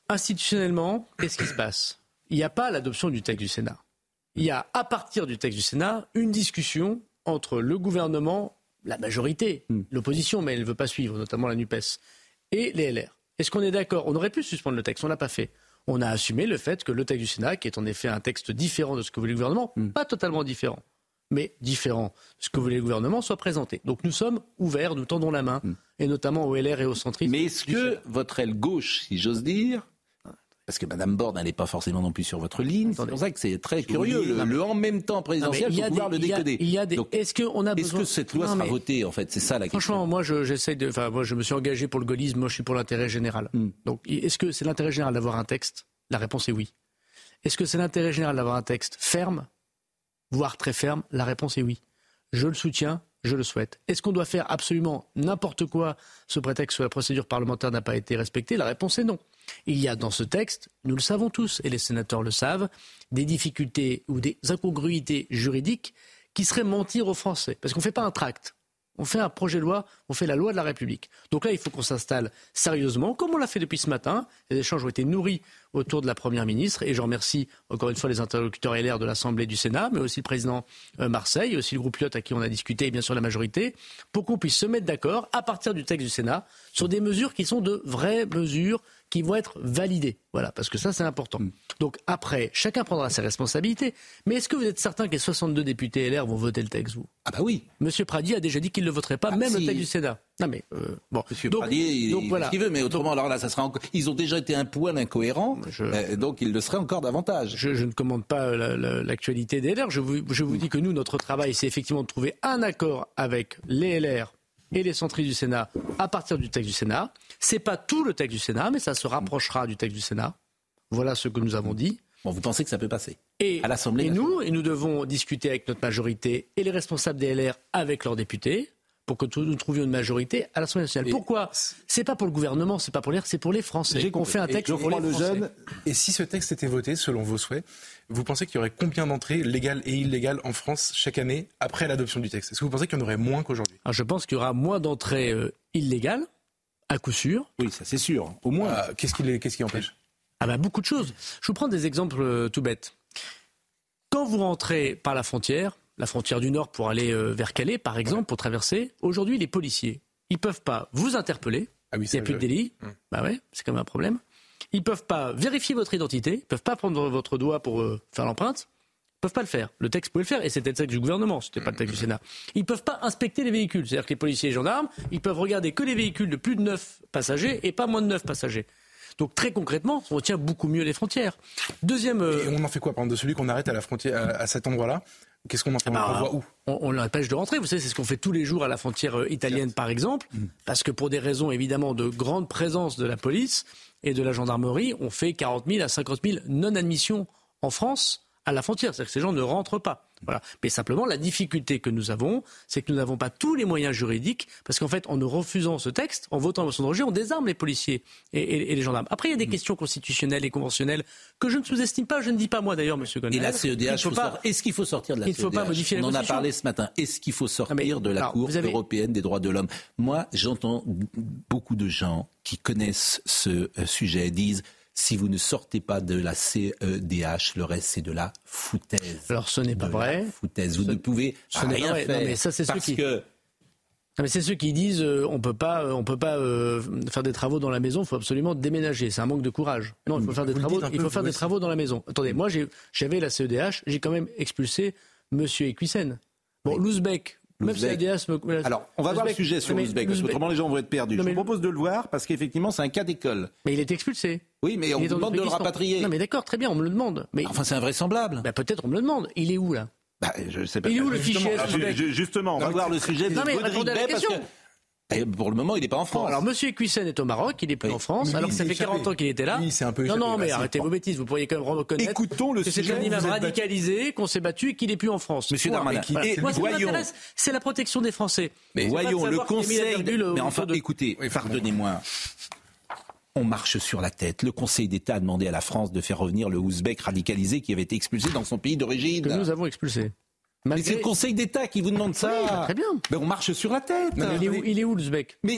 Institutionnellement, qu'est-ce qui se passe ? Il n'y a pas l'adoption du texte du Sénat. Il y a, à partir du texte du Sénat, une discussion entre le gouvernement, la majorité, l'opposition, mais elle ne veut pas suivre, notamment la NUPES, et les LR. Est-ce qu'on est d'accord ? On aurait pu suspendre le texte, on ne l'a pas fait. On a assumé le fait que le texte du Sénat, qui est en effet un texte différent de ce que voulait le gouvernement, pas totalement différent, mais différent de ce que voulait le gouvernement, soit présenté. Donc nous sommes ouverts, nous tendons la main, et notamment aux LR et aux centristes. Mais est-ce que votre aile gauche, si j'ose dire, parce que Mme Borne n'est pas forcément non plus sur votre ligne, c'est pour ça que c'est très curieux, le en même temps présidentiel, il faut pouvoir le décoder. Donc, est-ce que cette loi sera votée, en fait ? C'est ça la question. Franchement, moi, je me suis engagé pour le gaullisme, moi je suis pour l'intérêt général. Donc, est-ce que c'est l'intérêt général d'avoir un texte ? La réponse est oui. Est-ce que c'est l'intérêt général d'avoir un texte ferme, voire très ferme ? La réponse est oui. Je le soutiens, je le souhaite. Est-ce qu'on doit faire absolument n'importe quoi sous prétexte que la procédure parlementaire n'a pas été respectée ? La réponse est non. Il y a dans ce texte, nous le savons tous, et les sénateurs le savent, des difficultés ou des incongruités juridiques qui seraient mentir aux Français. Parce qu'on ne fait pas un tract, on fait un projet de loi, on fait la loi de la République. Donc là, il faut qu'on s'installe sérieusement, comme on l'a fait depuis ce matin. Les échanges ont été nourris autour de la Première ministre, et je remercie encore une fois les interlocuteurs LR de l'Assemblée du Sénat, mais aussi le président Marseille, et aussi le groupe Lyot à qui on a discuté, et bien sûr la majorité, pour qu'on puisse se mettre d'accord, à partir du texte du Sénat, sur des mesures qui sont de vraies mesures qui vont être validées. Voilà, parce que ça, c'est important. Donc après, chacun prendra ses responsabilités. Mais est-ce que vous êtes certain que les 62 députés LR vont voter le texte, vous ? Ah bah oui. Monsieur Pradier a déjà dit qu'il ne le voterait pas, même le texte du Sénat. Non mais, bon. Monsieur Pradier, il fait ce qu'il veut, mais autrement, alors là, ça sera encore... Ils ont déjà été un poil incohérents, donc ils le seraient encore davantage. Je ne commande pas l'actualité des LR. Je vous dis que nous, notre travail, c'est effectivement de trouver un accord avec les LR et les centristes du Sénat à partir du texte du Sénat. C'est pas tout le texte du Sénat, mais ça se rapprochera du texte du Sénat. Voilà ce que nous avons dit. Bon, vous pensez que ça peut passer à l'Assemblée nationale ? Et nous devons discuter avec notre majorité et les responsables des LR avec leurs députés pour que nous trouvions une majorité à l'Assemblée nationale. Pourquoi ? C'est pas pour le gouvernement, c'est pas pour l'AR, c'est pour les Français. On fait un texte pour les Français. Et si ce texte était voté, selon vos souhaits, vous pensez qu'il y aurait combien d'entrées légales et illégales en France chaque année après l'adoption du texte ? Est-ce que vous pensez qu'il y en aurait moins qu'aujourd'hui ? Je pense qu'il y aura moins d'entrées illégales, à coup sûr. Oui, ça c'est sûr, au moins. Qu'est-ce qui empêche ? Beaucoup de choses. Je vous prends des exemples tout bêtes. Quand vous rentrez par la frontière du Nord pour aller vers Calais, par exemple, pour traverser, aujourd'hui, les policiers, ils ne peuvent pas vous interpeller. Il n'y a plus de délit. C'est quand même un problème. Ils ne peuvent pas vérifier votre identité. Ils ne peuvent pas prendre votre doigt pour faire l'empreinte. Ils ne peuvent pas le faire. Le texte pouvait le faire, et c'était le texte du gouvernement, ce n'était pas le texte du Sénat. Ils ne peuvent pas inspecter les véhicules. C'est-à-dire que les policiers et les gendarmes, ils peuvent regarder que les véhicules de plus de 9 passagers et pas moins de 9 passagers. Donc très concrètement, on tient beaucoup mieux les frontières. Deuxième. Et on en fait quoi, par exemple, de celui qu'on arrête à la frontière, à cet endroit-là ? Qu'est-ce qu'on en fait ? On l'envoie où ? On l'empêche de rentrer. Vous savez, c'est ce qu'on fait tous les jours à la frontière italienne, par exemple, parce que pour des raisons évidemment de grande présence de la police et de la gendarmerie, on fait 40 000 à 50 000 non-admissions en France à la frontière. C'est-à-dire que ces gens ne rentrent pas. Voilà. Mais simplement, la difficulté que nous avons, c'est que nous n'avons pas tous les moyens juridiques, parce qu'en fait, en nous refusant ce texte, en votant la motion de rejet, on désarme les policiers et les gendarmes. Après, il y a des questions constitutionnelles et conventionnelles que je ne sous-estime pas, je ne dis pas moi d'ailleurs, monsieur Gonel. Et la CEDH, est-ce qu'il faut sortir de la CEDH ? Il ne faut pas modifier la Constitution. On en a parlé ce matin. Est-ce qu'il faut sortir de la Cour européenne des droits de l'homme ? Moi, j'entends beaucoup de gens qui connaissent ce sujet disent... Si vous ne sortez pas de la CEDH, le reste c'est de la foutaise. Alors ce n'est pas vrai. Foutaise. Vous ne pouvez rien faire. Non, mais ça, c'est parce que. Non, mais c'est ceux qui disent on peut pas faire des travaux dans la maison. Il faut absolument déménager. C'est un manque de courage. Non, il faut faire des travaux. Il faut faire des travaux dans la maison. Attendez, moi j'avais la CEDH. J'ai quand même expulsé Monsieur Equissen. Bon, l'Ouzbek. Même CEDH Alors, on va voir le sujet sur l'Ouzbek, parce qu'autrement les gens vont être perdus. Je vous propose de le voir, parce qu'effectivement, c'est un cas d'école. Mais il est expulsé. Oui, mais on vous demande de le rapatrier. Non, mais d'accord, très bien, on me le demande. Mais... Enfin, c'est invraisemblable. Peut-être on me le demande. Il est où, là ? Je sais pas. Il est où le fichier Justement, on va voir le sujet de Rodrigue Bay, parce que... Pour le moment, il n'est pas en France. Alors, Monsieur Equissen est au Maroc, il n'est plus en France, alors que ça fait 40 ans qu'il était là. C'est un peu non, mais arrêtez vos bêtises, vous pourriez quand même reconnaître que c'est un imam radicalisé, qu'on s'est battu et qu'il n'est plus en France. Monsieur Darmanin, moi, ce qui m'intéresse, c'est la protection des Français. Mais voyons, le Conseil... Mais enfin, écoutez, pardonnez-moi. On marche sur la tête. Le Conseil d'État a demandé à la France de faire revenir le Ouzbek radicalisé qui avait été expulsé dans son pays d'origine. Que nous avons expulsé. Mais c'est le Conseil d'État qui vous demande ça. Oui, très bien. Mais on marche sur la tête. Non, il est où l'Ouzbek? Mais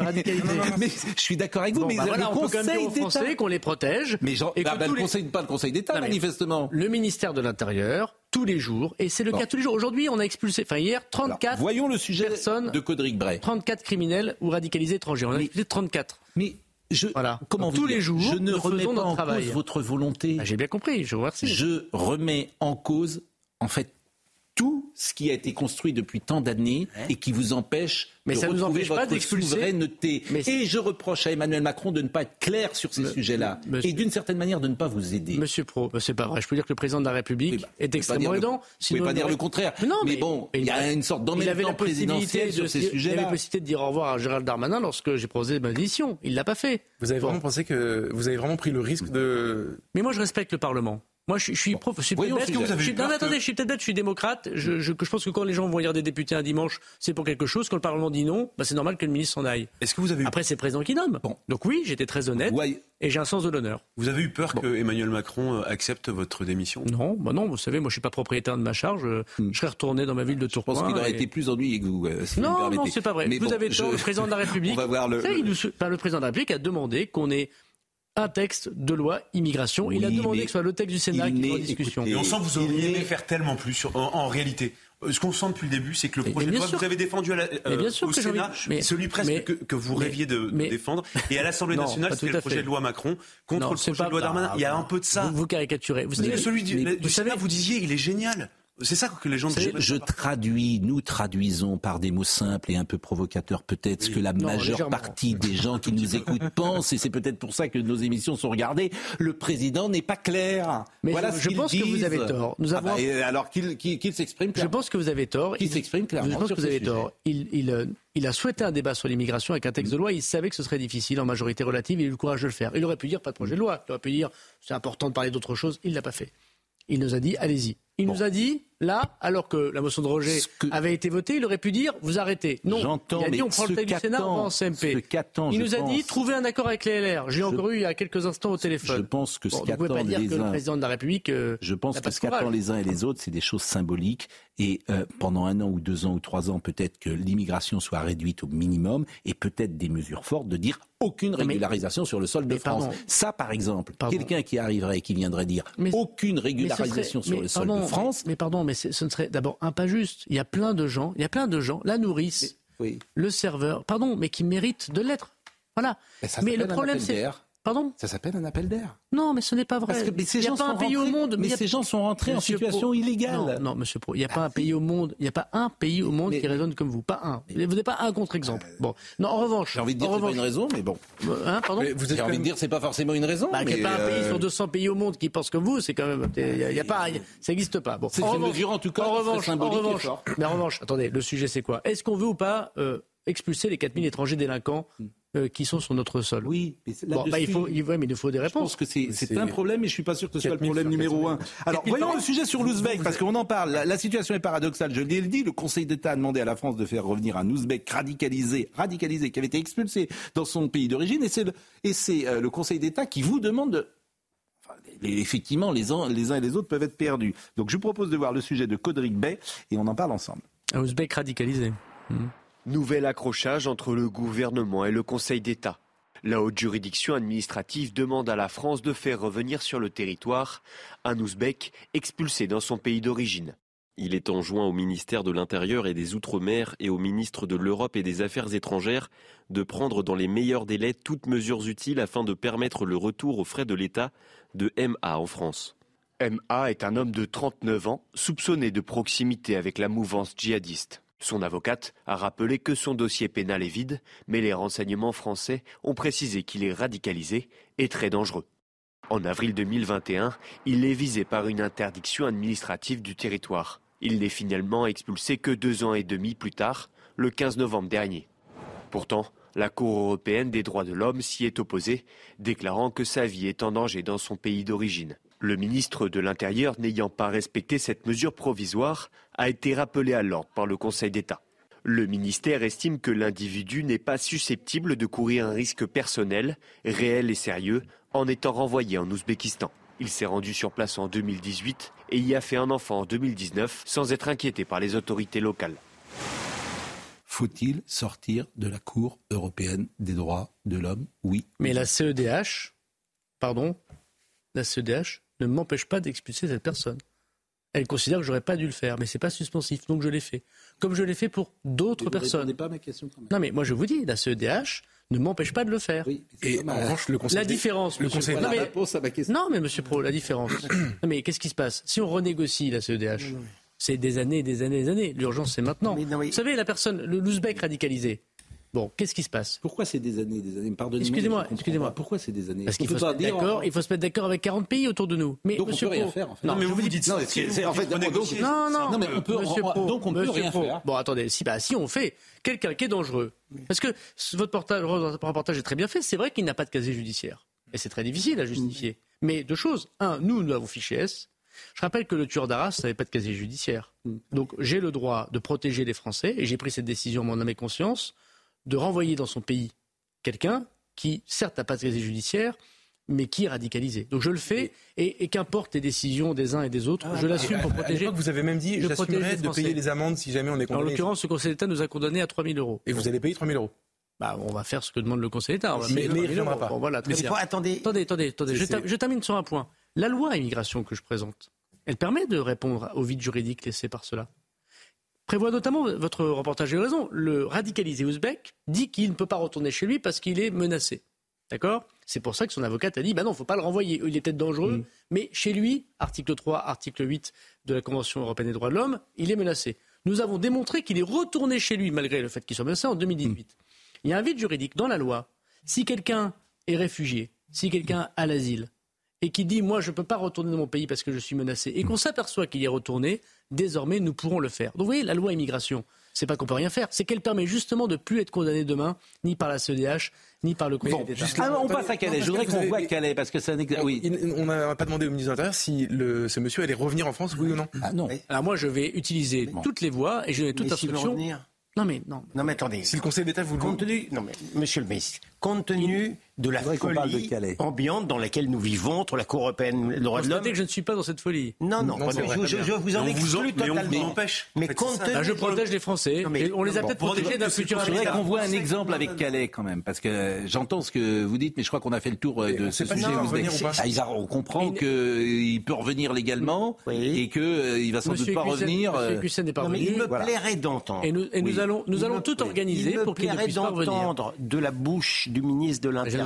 je suis d'accord avec vous. Mais voilà, le Conseil d'État, Français qu'on les protège. Mais pas le Conseil d'État, manifestement. Le ministère de l'Intérieur, tous les jours, et c'est le cas tous les jours. Aujourd'hui, on a expulsé, hier, 34. Alors, voyons le sujet personnes, de Codric Bray. 34 criminels ou radicalisés étrangers. On a expulsé 34. Mais comment tous les jours, je ne remets pas en cause votre volonté. J'ai bien compris, je vous remercie. Je remets en cause, en fait, tout ce qui a été construit depuis tant d'années et qui vous empêche de retrouver votre souveraineté. Et je reproche à Emmanuel Macron de ne pas être clair sur ces sujets-là et d'une certaine manière de ne pas vous aider. Monsieur Pro, c'est pas vrai. Je peux dire que le président de la République est extrêmement aidant. Vous ne pouvez pas dire le contraire. Mais bon, il y a une sorte d'emmènement présidentiel sur ces sujets-là. Il avait la possibilité de dire au revoir à Gérald Darmanin lorsque j'ai proposé ma démission. Il l'a pas fait. Vous avez vraiment pensé que vous avez vraiment pris le risque de... Mais moi, je respecte le Parlement. Moi, je suis prof. Je suis peut-être bête. Je suis peut-être bête. Je suis démocrate. Je pense que quand les gens vont lire des députés un dimanche, c'est pour quelque chose. Quand le Parlement dit non, c'est normal que le ministre s'en aille. Est-ce que vous avez Après, c'est le président qui nomme. Donc oui, j'étais très honnête et j'ai un sens de l'honneur. Vous avez eu peur que Emmanuel Macron accepte votre démission? Non, non. Vous savez, moi, je suis pas propriétaire de ma charge. Je serais retourné dans ma ville de Tourcoing. Je pense qu'il aurait été plus ennuyé que vous. Non, c'est pas vrai. Vous avez tort. Le président de la République. On va voir le président de la République a demandé qu'on ait un texte de loi immigration. Il a demandé que ce soit le texte du Sénat qui soit en discussion. Et on sent que vous auriez aimé faire tellement plus en réalité. Ce qu'on sent depuis le début, c'est que le projet de loi que vous avez défendu au Sénat, celui presque que vous rêviez de défendre, et à l'Assemblée nationale, c'était le projet de loi Macron contre le projet de loi Darmanin. Il y a un peu de ça. Vous caricaturez. Vous savez, celui du Sénat, vous disiez, il est génial. C'est ça que les gens nous traduisons par des mots simples et un peu provocateurs peut-être ce que la majeure partie des gens qui nous écoutent pensent, et c'est peut-être pour ça que nos émissions sont regardées. Le président n'est pas clair. Mais voilà, je pense que vous avez tort. Alors qu'il s'exprime clairement. Je pense que vous avez tort. Qu'il s'exprime clairement. Je pense que vous avez tort. Il a souhaité un débat sur l'immigration avec un texte de loi. Il savait que ce serait difficile en majorité relative. Il a eu le courage de le faire. Il aurait pu dire pas de projet de loi. Il aurait pu dire c'est important de parler d'autre chose. Il l'a pas fait. Il nous a dit allez-y. Il nous a dit, là, alors que la motion de rejet avait été votée, il aurait pu dire vous arrêtez. Non, il a dit on prend le texte du Sénat, on va en CMP. Il nous a dit trouvez un accord avec les LR. J'ai encore eu il y a quelques instants au téléphone. Je pense que ce qu'attendent pas dire que le président de la République je pense que ce qu'attendent les uns et les autres, c'est des choses symboliques. Et pendant 1 an ou 2 ans ou 3 ans, peut-être que l'immigration soit réduite au minimum et peut-être des mesures fortes de dire aucune régularisation sur le sol de France. Ça, par exemple, quelqu'un qui arriverait et qui viendrait dire aucune régularisation sur le sol de France. Mais pardon, mais ce ne serait d'abord pas juste. Il y a plein de gens, la nourrice, le serveur, mais qui méritent de l'être. Voilà. Mais le problème, c'est... Pardon ? Ça s'appelle un appel d'air. Non, mais ce n'est pas vrai. Il n'y a pas un pays au monde. Mais ces gens sont rentrés en situation illégale. Non, monsieur Pro, il n'y a pas un pays au monde. Il n'y a pas un pays au monde qui raisonne comme vous. Pas un. Vous n'avez pas un contre-exemple. Bon. Non, en revanche. J'ai envie de dire que c'est pas une raison, mais bon. Pardon ? J'ai envie de dire c'est pas forcément une raison. Il n'y a pas un pays sur 200 pays au monde qui pense comme vous. C'est quand même. Il y a pas. Ça n'existe pas. Bon. C'est une mesure en tout cas. En revanche, attendez. Le sujet c'est quoi ? Est-ce qu'on veut ou pas expulser les 4000 étrangers délinquants qui sont sur notre sol. Oui, mais il nous faut des réponses. Je pense que c'est un problème, mais je ne suis pas sûr que ce soit le problème numéro 1. Alors, voyons le sujet sur l'Ouzbek, parce qu'on en parle. La situation est paradoxale, je l'ai dit. Le Conseil d'État a demandé à la France de faire revenir un Ouzbek radicalisé, qui avait été expulsé dans son pays d'origine, et c'est le Conseil d'État qui vous demande effectivement, les uns et les autres peuvent être perdus. Donc, je vous propose de voir le sujet de Codric Bray, et on en parle ensemble. Un Ouzbek radicalisé. Nouvel accrochage entre le gouvernement et le Conseil d'État. La haute juridiction administrative demande à la France de faire revenir sur le territoire un Ouzbek expulsé dans son pays d'origine. Il est enjoint au ministère de l'Intérieur et des Outre-mer et au ministre de l'Europe et des Affaires étrangères de prendre dans les meilleurs délais toutes mesures utiles afin de permettre le retour aux frais de l'État de M.A. en France. M.A. est un homme de 39 ans, soupçonné de proximité avec la mouvance djihadiste. Son avocate a rappelé que son dossier pénal est vide, mais les renseignements français ont précisé qu'il est radicalisé et très dangereux. En avril 2021, il est visé par une interdiction administrative du territoire. Il n'est finalement expulsé que 2 ans et demi plus tard, le 15 novembre dernier. Pourtant, la Cour européenne des droits de l'homme s'y est opposée, déclarant que sa vie est en danger dans son pays d'origine. Le ministre de l'Intérieur, n'ayant pas respecté cette mesure provisoire, a été rappelé à l'ordre par le Conseil d'État. Le ministère estime que l'individu n'est pas susceptible de courir un risque personnel, réel et sérieux, en étant renvoyé en Ouzbékistan. Il s'est rendu sur place en 2018 et y a fait un enfant en 2019 sans être inquiété par les autorités locales. Faut-il sortir de la Cour européenne des droits de l'homme ? Oui. Mais la CEDH ne m'empêche pas d'expulser cette personne. Elle considère que je n'aurais pas dû le faire, mais ce n'est pas suspensif, donc je l'ai fait. Comme je l'ai fait pour d'autres personnes. Vous ne répondez pas à ma question quand même. Non, mais moi je vous dis, la CEDH ne m'empêche pas de le faire. Oui, et en revanche, le Conseil... La différence, le Conseil... Non, mais... réponse à ma question. Non, mais monsieur Pro, la différence. Non, mais qu'est-ce qui se passe ? Si on renégocie la CEDH, c'est des années et des années et des années. L'urgence, c'est maintenant. Vous savez, la personne, l'ouzbek radicalisé, bon, qu'est-ce qui se passe ? Pourquoi c'est des années et des années ? Pardonnez-moi. Excusez-moi. Pourquoi c'est des années ? Parce qu'il faut se mettre d'accord. Il faut se mettre d'accord avec 40 pays autour de nous. Mais donc monsieur on peut rien faire. En fait. Non, mais vous dites ça. Non, mais on peut. Donc on peut rien faire. Bon, attendez. Si on fait quelqu'un qui est dangereux, parce que votre reportage est très bien fait. C'est vrai qu'il n'a pas de casier judiciaire, et c'est très difficile à justifier. Mais deux choses. Un, nous avons fiché S. Je rappelle que le tueur d'Arras n'avait pas de casier judiciaire. Donc j'ai le droit de protéger les Français, et j'ai pris cette décision, mon âme et conscience, de renvoyer dans son pays quelqu'un qui, certes, n'a pas de casier judiciaire, mais qui est radicalisé. Donc je le fais, et qu'importe les décisions des uns et des autres, je l'assume pour protéger. Vous avez même dit, j'assumerai de payer les amendes si jamais on est condamné. En l'occurrence, le Conseil d'État nous a condamnés à 3 000 €. Et vous allez payer 3 000 €. On va faire ce que demande le Conseil d'État. Mais il ne reviendra pas. Bon, voilà, très bien. Attendez. Je termine sur un point. La loi immigration que je présente, elle permet de répondre au vide juridique laissé par cela. Prévoit notamment, votre reportage a raison, le radicalisé ouzbek dit qu'il ne peut pas retourner chez lui parce qu'il est menacé. D'accord ? C'est pour ça que son avocate a dit, non, il ne faut pas le renvoyer. Il est peut-être dangereux, mais chez lui, article 3, article 8 de la Convention européenne des droits de l'homme, il est menacé. Nous avons démontré qu'il est retourné chez lui, malgré le fait qu'il soit menacé, en 2018. Il y a un vide juridique dans la loi. Si quelqu'un est réfugié, si quelqu'un a l'asile, et qui dit « moi, je ne peux pas retourner dans mon pays parce que je suis menacé », et qu'on s'aperçoit qu'il y est retourné, désormais, nous pourrons le faire. Donc vous voyez, la loi immigration, c'est pas qu'on peut rien faire, c'est qu'elle permet justement de ne plus être condamné demain, ni par la CEDH, ni par le Conseil d'État. On passe à Calais. Je voudrais qu'on voit Calais, parce que ça n'est que... Oui. On n'a pas demandé au ministre de l'Intérieur si ce monsieur allait revenir en France, oui ou non. Ah non. Alors moi, je vais utiliser toutes les voies, et je vais toute instruction... Non mais attendez. Si le Conseil d'État vous le... Monsieur le ministre, compte tenu de la folie ambiante dans laquelle nous vivons entre la Cour européenne des droits de l'homme... que je ne suis pas dans cette folie. Non, je vous en exclue totalement. Mais on vous empêche. Mais compte tenu... Je protège les Français. On les a peut-être protégés d'un futur... Je voudrais qu'on voit un exemple avec Calais quand même, parce que j'entends ce que vous dites, mais je crois qu'on a fait le tour de ce sujet. On comprend qu'il peut revenir légalement et qu'il va sans doute pas revenir. Monsieur Cussen n'est pas revenu. Il me plairait d'entendre. Et nous allons tout organiser pour qu'il ne puisse pas revenir. Il me plairait d'entendre de la bouche du ministre de l'Intérieur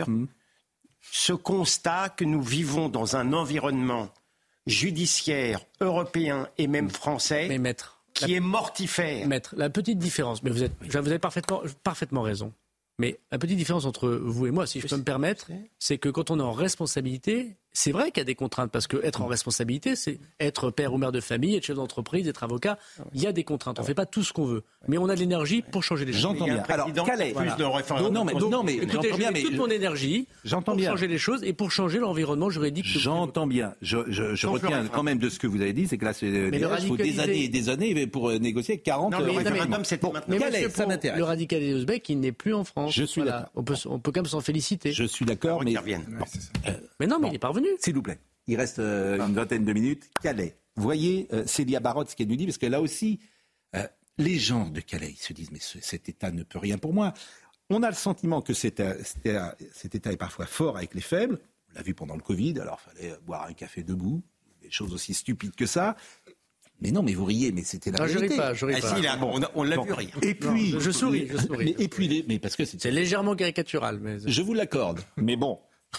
ce constat que nous vivons dans un environnement judiciaire européen et même français qui est mortifère. Maître, la petite différence, mais vous avez parfaitement raison. Mais la petite différence entre vous et moi, si je peux me permettre, c'est que quand on est en responsabilité, c'est vrai qu'il y a des contraintes, parce que être en responsabilité, c'est être père ou mère de famille, être chef d'entreprise, être avocat. Il y a des contraintes. On ne fait pas tout ce qu'on veut, mais on a de l'énergie pour changer les choses. J'entends bien. Alors, Calais, j'entends bien, mais toute mon énergie pour changer les choses et pour changer l'environnement juridique. J'entends bien. Je retiens quand même de ce que vous avez dit, c'est que là, il faut des années et des années pour négocier 40. Calais, ça m'intéresse. Le radicalisé ouzbek, il n'est plus en France. Je suis d'accord. On peut quand même s'en féliciter. Je suis d'accord, mais non, mais il n'est pas revenu. S'il vous plaît, il reste une vingtaine de minutes. Calais. Voyez Célia Barotte, ce qu'elle nous dit, parce que là aussi, les gens de Calais, ils se disent, mais cet État ne peut rien pour moi. On a le sentiment que cet État est parfois fort avec les faibles. On l'a vu pendant le Covid, alors il fallait boire un café debout, des choses aussi stupides que ça. Mais non, mais vous riez, mais c'était la vérité. Je ris pas. On l'a vu rire. Et puis, je souris. Mais parce que c'est légèrement caricatural. Mais... Je vous l'accorde. Mais bon,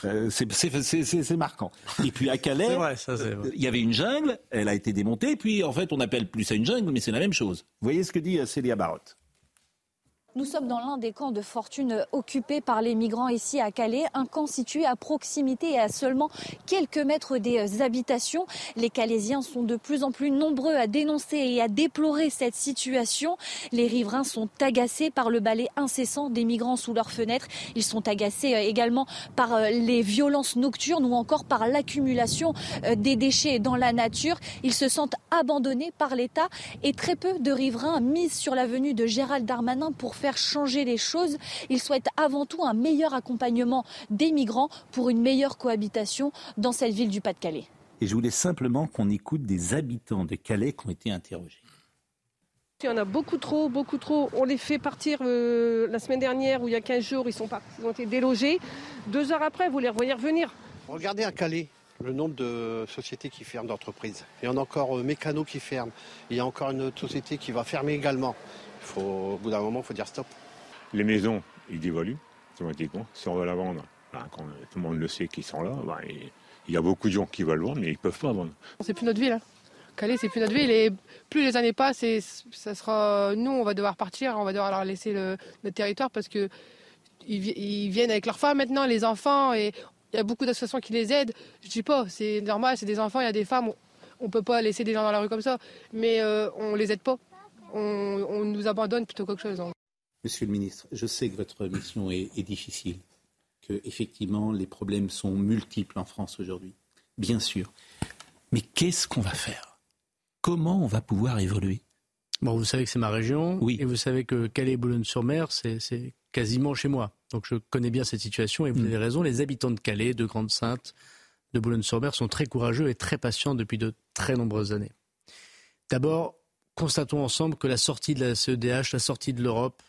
c'est marquant. Et puis à Calais, c'est vrai. Il y avait une jungle, elle a été démontée, puis en fait on appelle plus ça une jungle, mais c'est la même chose. Vous voyez ce que dit Célia Barotte. Nous sommes dans l'un des camps de fortune occupés par les migrants ici à Calais, un camp situé à proximité et à seulement quelques mètres des habitations. Les Calaisiens sont de plus en plus nombreux à dénoncer et à déplorer cette situation. Les riverains sont agacés par le balai incessant des migrants sous leurs fenêtres. Ils sont agacés également par les violences nocturnes ou encore par l'accumulation des déchets dans la nature. Ils se sentent abandonnés par l'État et très peu de riverains misent sur la venue de Gérald Darmanin pour faire changer les choses. Il souhaite avant tout un meilleur accompagnement des migrants pour une meilleure cohabitation dans cette ville du Pas-de-Calais. Et je voulais simplement qu'on écoute des habitants de Calais qui ont été interrogés. Il y en a beaucoup trop. On les fait partir la semaine dernière ou il y a 15 jours, ils ont été délogés. 2 heures après, vous les revoyez revenir. Regardez à Calais le nombre de sociétés qui ferment, d'entreprises. Il y en a encore Mécano qui ferme. Il y a encore une autre société qui va fermer également. Au bout d'un moment, il faut dire stop. Les maisons, ils dévaluent automatiquement. Si on veut la vendre, quand tout le monde le sait qu'ils sont là, il y a beaucoup de gens qui veulent vendre, mais ils ne peuvent pas vendre. C'est plus notre ville. Calais, c'est plus notre ville. Et plus les années passent, ça sera nous, on va devoir partir, on va devoir leur laisser notre territoire parce que ils viennent avec leurs femmes maintenant, les enfants, et il y a beaucoup d'associations qui les aident. Je dis pas, c'est normal, c'est des enfants, il y a des femmes, on peut pas laisser des gens dans la rue comme ça, mais on les aide pas. On nous abandonne plutôt qu'autre chose. Monsieur le ministre, je sais que votre mission est difficile, que effectivement les problèmes sont multiples en France aujourd'hui, bien sûr. Mais qu'est-ce qu'on va faire ? Comment on va pouvoir évoluer ? Bon, vous savez que c'est ma région, oui. Et vous savez que Calais-Boulogne-sur-Mer, c'est quasiment chez moi. Donc je connais bien cette situation et vous avez raison, les habitants de Calais, de Grande-Synthe, de Boulogne-sur-Mer sont très courageux et très patients depuis de très nombreuses années. D'abord, constatons ensemble que la sortie de la CEDH, la sortie de l'Europe,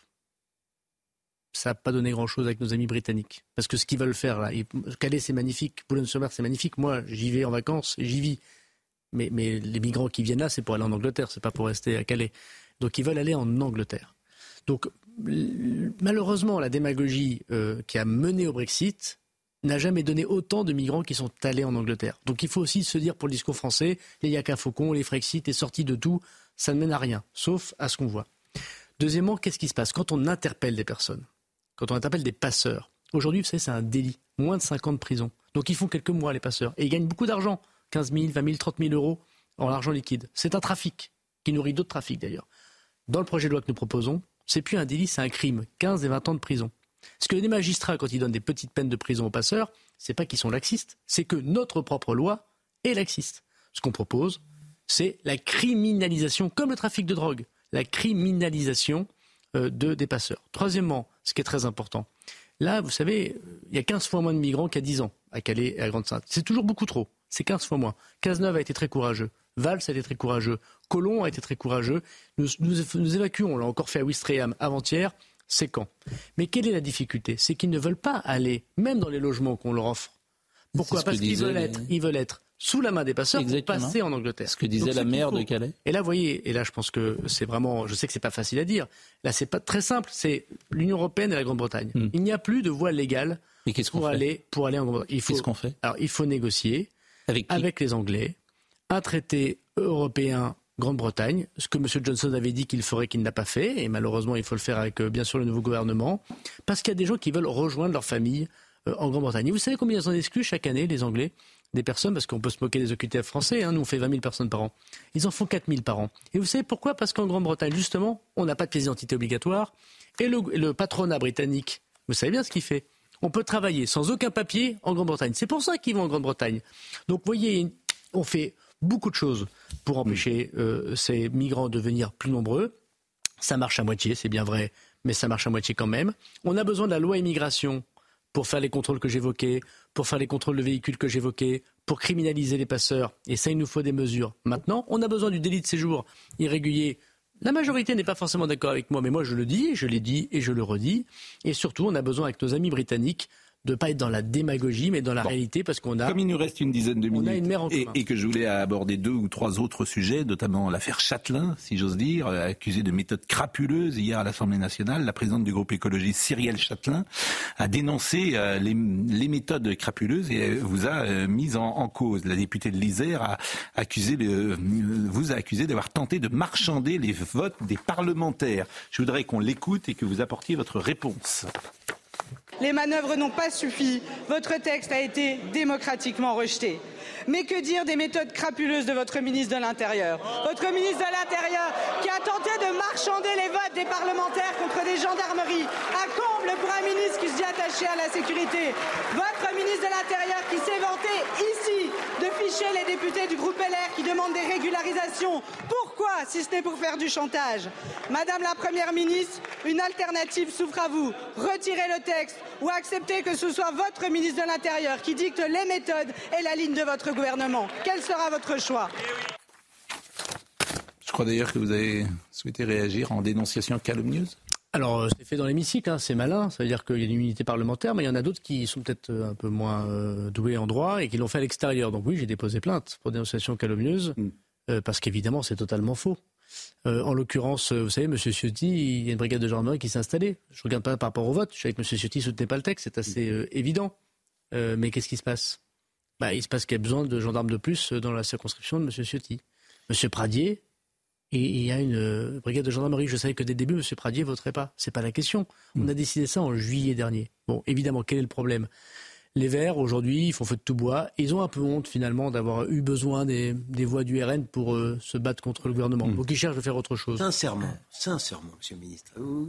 ça n'a pas donné grand-chose avec nos amis britanniques. Parce que ce qu'ils veulent faire là, Calais c'est magnifique, Boulogne-sur-Mer c'est magnifique, moi j'y vais en vacances et j'y vis. Mais les migrants qui viennent là, c'est pour aller en Angleterre, c'est pas pour rester à Calais. Donc ils veulent aller en Angleterre. Donc malheureusement, la démagogie qui a mené au Brexit n'a jamais donné autant de migrants qui sont allés en Angleterre. Donc il faut aussi se dire pour le discours français, les yaka faucons, les Frexit, les sorties de tout, ça ne mène à rien, sauf à ce qu'on voit. Deuxièmement, qu'est-ce qui se passe quand on interpelle des personnes ? Quand on interpelle des passeurs. Aujourd'hui, vous savez, c'est un délit. Moins de 5 ans de prison. Donc ils font quelques mois, les passeurs. Et ils gagnent beaucoup d'argent. 15 000, 20 000, 30 000 euros en argent liquide. C'est un trafic, qui nourrit d'autres trafics d'ailleurs. Dans le projet de loi que nous proposons, c'est plus un délit, c'est un crime. 15 et 20 ans de prison. Ce que les magistrats, quand ils donnent des petites peines de prison aux passeurs, c'est pas qu'ils sont laxistes, c'est que notre propre loi est laxiste. Ce qu'on propose, c'est la criminalisation, comme le trafic de drogue, la criminalisation des passeurs. Troisièmement, ce qui est très important, là, vous savez, il y a 15 fois moins de migrants qu'il y a 10 ans à Calais et à Grande-Synthe. C'est toujours beaucoup trop. C'est 15 fois moins. Cazeneuve a été très courageux. Valls a été très courageux. Colomb a été très courageux. Nous évacuons, on l'a encore fait à Ouistreham avant-hier, c'est quand. Mais quelle est la difficulté ? C'est qu'ils ne veulent pas aller, même dans les logements qu'on leur offre. Pourquoi ? Parce qu'ils veulent être sous la main des passeurs pour passer en Angleterre. Ce que disait la maire de Calais. Et là, vous voyez, et là, je pense que c'est vraiment, je sais que c'est pas facile à dire. Là, c'est pas très simple. C'est l'Union européenne et la Grande-Bretagne. Il n'y a plus de voie légale pour aller en Grande-Bretagne. Qu'est-ce qu'on fait ? Alors, il faut négocier avec les Anglais un traité européen Grande-Bretagne, ce que M. Johnson avait dit qu'il ferait, qu'il n'a pas fait, et malheureusement, il faut le faire avec, bien sûr, le nouveau gouvernement, parce qu'il y a des gens qui veulent rejoindre leur famille en Grande-Bretagne. Et vous savez combien ils en excluent chaque année, les Anglais ? Des personnes, parce qu'on peut se moquer des OQTF français, nous on fait 20 000 personnes par an. Ils en font 4 000 par an. Et vous savez pourquoi ? Parce qu'en Grande-Bretagne, justement, on n'a pas de pièce d'identité obligatoire, et le patronat britannique, vous savez bien ce qu'il fait ? On peut travailler sans aucun papier en Grande-Bretagne. C'est pour ça qu'ils vont en Grande-Bretagne. Donc vous voyez, on fait beaucoup de choses pour empêcher ces migrants de venir plus nombreux. Ça marche à moitié, c'est bien vrai, mais ça marche à moitié quand même. On a besoin de la loi immigration pour faire les contrôles que j'évoquais, pour faire les contrôles de véhicules que j'évoquais, pour criminaliser les passeurs. Et ça, il nous faut des mesures. Maintenant, on a besoin du délit de séjour irrégulier. La majorité n'est pas forcément d'accord avec moi, mais moi je le dis, je l'ai dit et je le redis. Et surtout, on a besoin avec nos amis britanniques de ne pas être dans la démagogie, mais dans la réalité, parce qu'on a... Comme il nous reste une dizaine de minutes, on a une mer en commun. Et que je voulais aborder 2 ou 3 autres sujets, notamment l'affaire Châtelain, si j'ose dire, accusée de méthode crapuleuse hier à l'Assemblée nationale. La présidente du groupe écologiste, Cyrielle Châtelain, a dénoncé les méthodes crapuleuses et vous a mis en cause. La députée de l'Isère vous a accusé d'avoir tenté de marchander les votes des parlementaires. Je voudrais qu'on l'écoute et que vous apportiez votre réponse. Les manœuvres n'ont pas suffi. Votre texte a été démocratiquement rejeté. Mais que dire des méthodes crapuleuses de votre ministre de l'Intérieur ? Votre ministre de l'Intérieur qui a tenté de marchander les votes des parlementaires contre des gendarmeries. À comble pour un ministre qui se dit attaché à la sécurité. Votre ministre de l'Intérieur qui s'est vanté ici de ficher les députés du groupe LR qui demandent des régularisations. Pourquoi Pourquoi, si ce n'est pour faire du chantage? Madame la Première ministre, une alternative s'ouvre à vous. Retirez le texte ou acceptez que ce soit votre ministre de l'Intérieur qui dicte les méthodes et la ligne de votre gouvernement. Quel sera votre choix? Je crois d'ailleurs que vous avez souhaité réagir en dénonciation calomnieuse. Alors, c'est fait dans l'hémicycle, c'est malin, ça veut dire qu'il y a une immunité parlementaire, mais il y en a d'autres qui sont peut-être un peu moins doués en droit et qui l'ont fait à l'extérieur. Donc oui, j'ai déposé plainte pour dénonciation calomnieuse, parce qu'évidemment, c'est totalement faux. En l'occurrence, vous savez, M. Ciotti, il y a une brigade de gendarmerie qui s'est installée. Je ne regarde pas par rapport au vote, je sais que M. Ciotti ne soutenait pas le texte, c'est assez évident. Mais qu'est-ce qui se passe? Il se passe qu'il y a besoin de gendarmes de plus dans la circonscription de M. Ciotti. M. Pradier... Et il y a une brigade de gendarmerie. Je savais que dès le début, M. Pradier ne voterait pas. C'est pas la question. On a décidé ça en juillet dernier. Bon, évidemment, quel est le problème? Les Verts, aujourd'hui, ils font feu de tout bois. Ils ont un peu honte, finalement, d'avoir eu besoin des voix du RN pour se battre contre le gouvernement. Donc, ils cherchent à faire autre chose. Sincèrement, Monsieur le Ministre, vous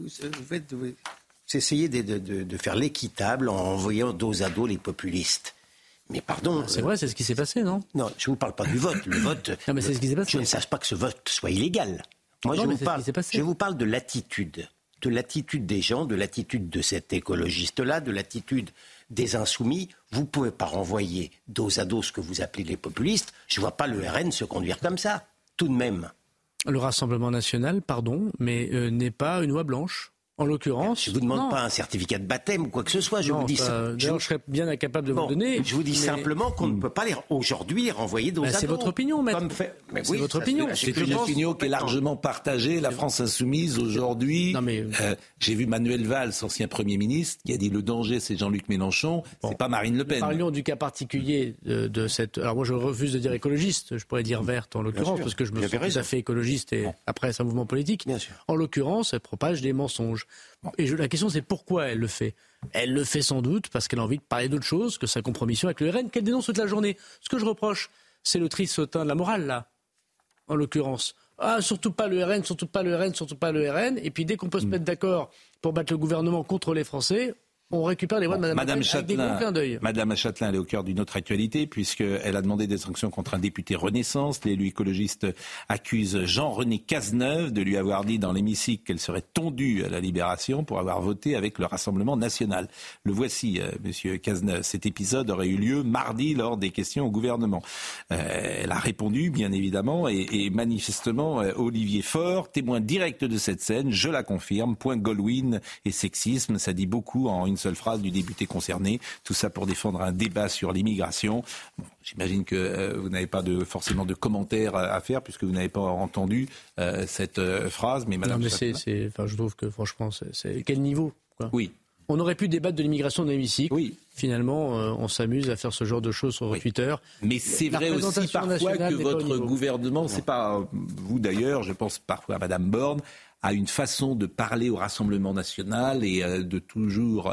essayez de faire l'équitable en envoyant dos à dos les populistes. Mais pardon. C'est vrai, c'est ce qui s'est passé, non? Non, je ne vous parle pas du vote. Le vote. Non, mais c'est ce qui s'est passé. Je ne sache pas que ce vote soit illégal. Moi, je vous parle de l'attitude. De l'attitude des gens, de l'attitude de cet écologiste-là, de l'attitude des insoumis. Vous ne pouvez pas renvoyer dos à dos ce que vous appelez les populistes. Je ne vois pas le RN se conduire comme ça, tout de même. Le Rassemblement national, pardon, mais n'est pas une oie blanche. En l'occurrence, je ne vous demande pas un certificat de baptême ou quoi que ce soit. Je vous dis ça. Je serais bien incapable de vous donner. Je vous dis simplement qu'on ne peut pas aujourd'hui les renvoyer dos à dos. C'est votre opinion, maître. C'est votre opinion. C'est une opinion qui est largement partagée. La France insoumise aujourd'hui. J'ai vu Manuel Valls, ancien Premier ministre, qui a dit le danger, c'est Jean-Luc Mélenchon. C'est pas Marine Le Pen. Parlions du cas particulier de cette. Alors moi, je refuse de dire écologiste. Je pourrais dire verte en l'occurrence, parce que je me sens tout à fait écologiste et après c'est un mouvement politique. En l'occurrence, elle propage des mensonges. Et la question, c'est pourquoi elle le fait. Elle le fait sans doute parce qu'elle a envie de parler d'autre chose que sa compromission avec le RN qu'elle dénonce toute la journée. Ce que je reproche, c'est le trissotin de la morale, là, en l'occurrence. Surtout pas le RN, surtout pas le RN, surtout pas le RN. Et puis dès qu'on peut se mettre d'accord pour battre le gouvernement contre les Français, on récupère les voix de Mme Châtelain. Madame Châtelain, elle est au cœur d'une autre actualité, puisqu'elle a demandé des sanctions contre un député Renaissance. L'élu écologiste accuse Jean-René Cazeneuve de lui avoir dit dans l'hémicycle qu'elle serait tondue à la Libération pour avoir voté avec le Rassemblement national. Le voici, monsieur Cazeneuve. Cet épisode aurait eu lieu mardi lors des questions au gouvernement. Elle a répondu, bien évidemment, et manifestement, Olivier Faure, témoin direct de cette scène, je la confirme, point Goldwyn et sexisme, ça dit beaucoup en une seule phrase du député concerné. Tout ça pour défendre un débat sur l'immigration. Bon, j'imagine que vous n'avez pas forcément de commentaires à faire puisque vous n'avez pas entendu cette phrase. Mais Madame je trouve que franchement, c'est quel niveau, quoi. Oui. On aurait pu débattre de l'immigration dans l'hémicycle. Oui. Finalement, on s'amuse à faire ce genre de choses sur Twitter. Mais c'est vrai aussi parfois que votre gouvernement, c'est pas vous d'ailleurs, je pense parfois à Madame Borne, a une façon de parler au Rassemblement national et de toujours,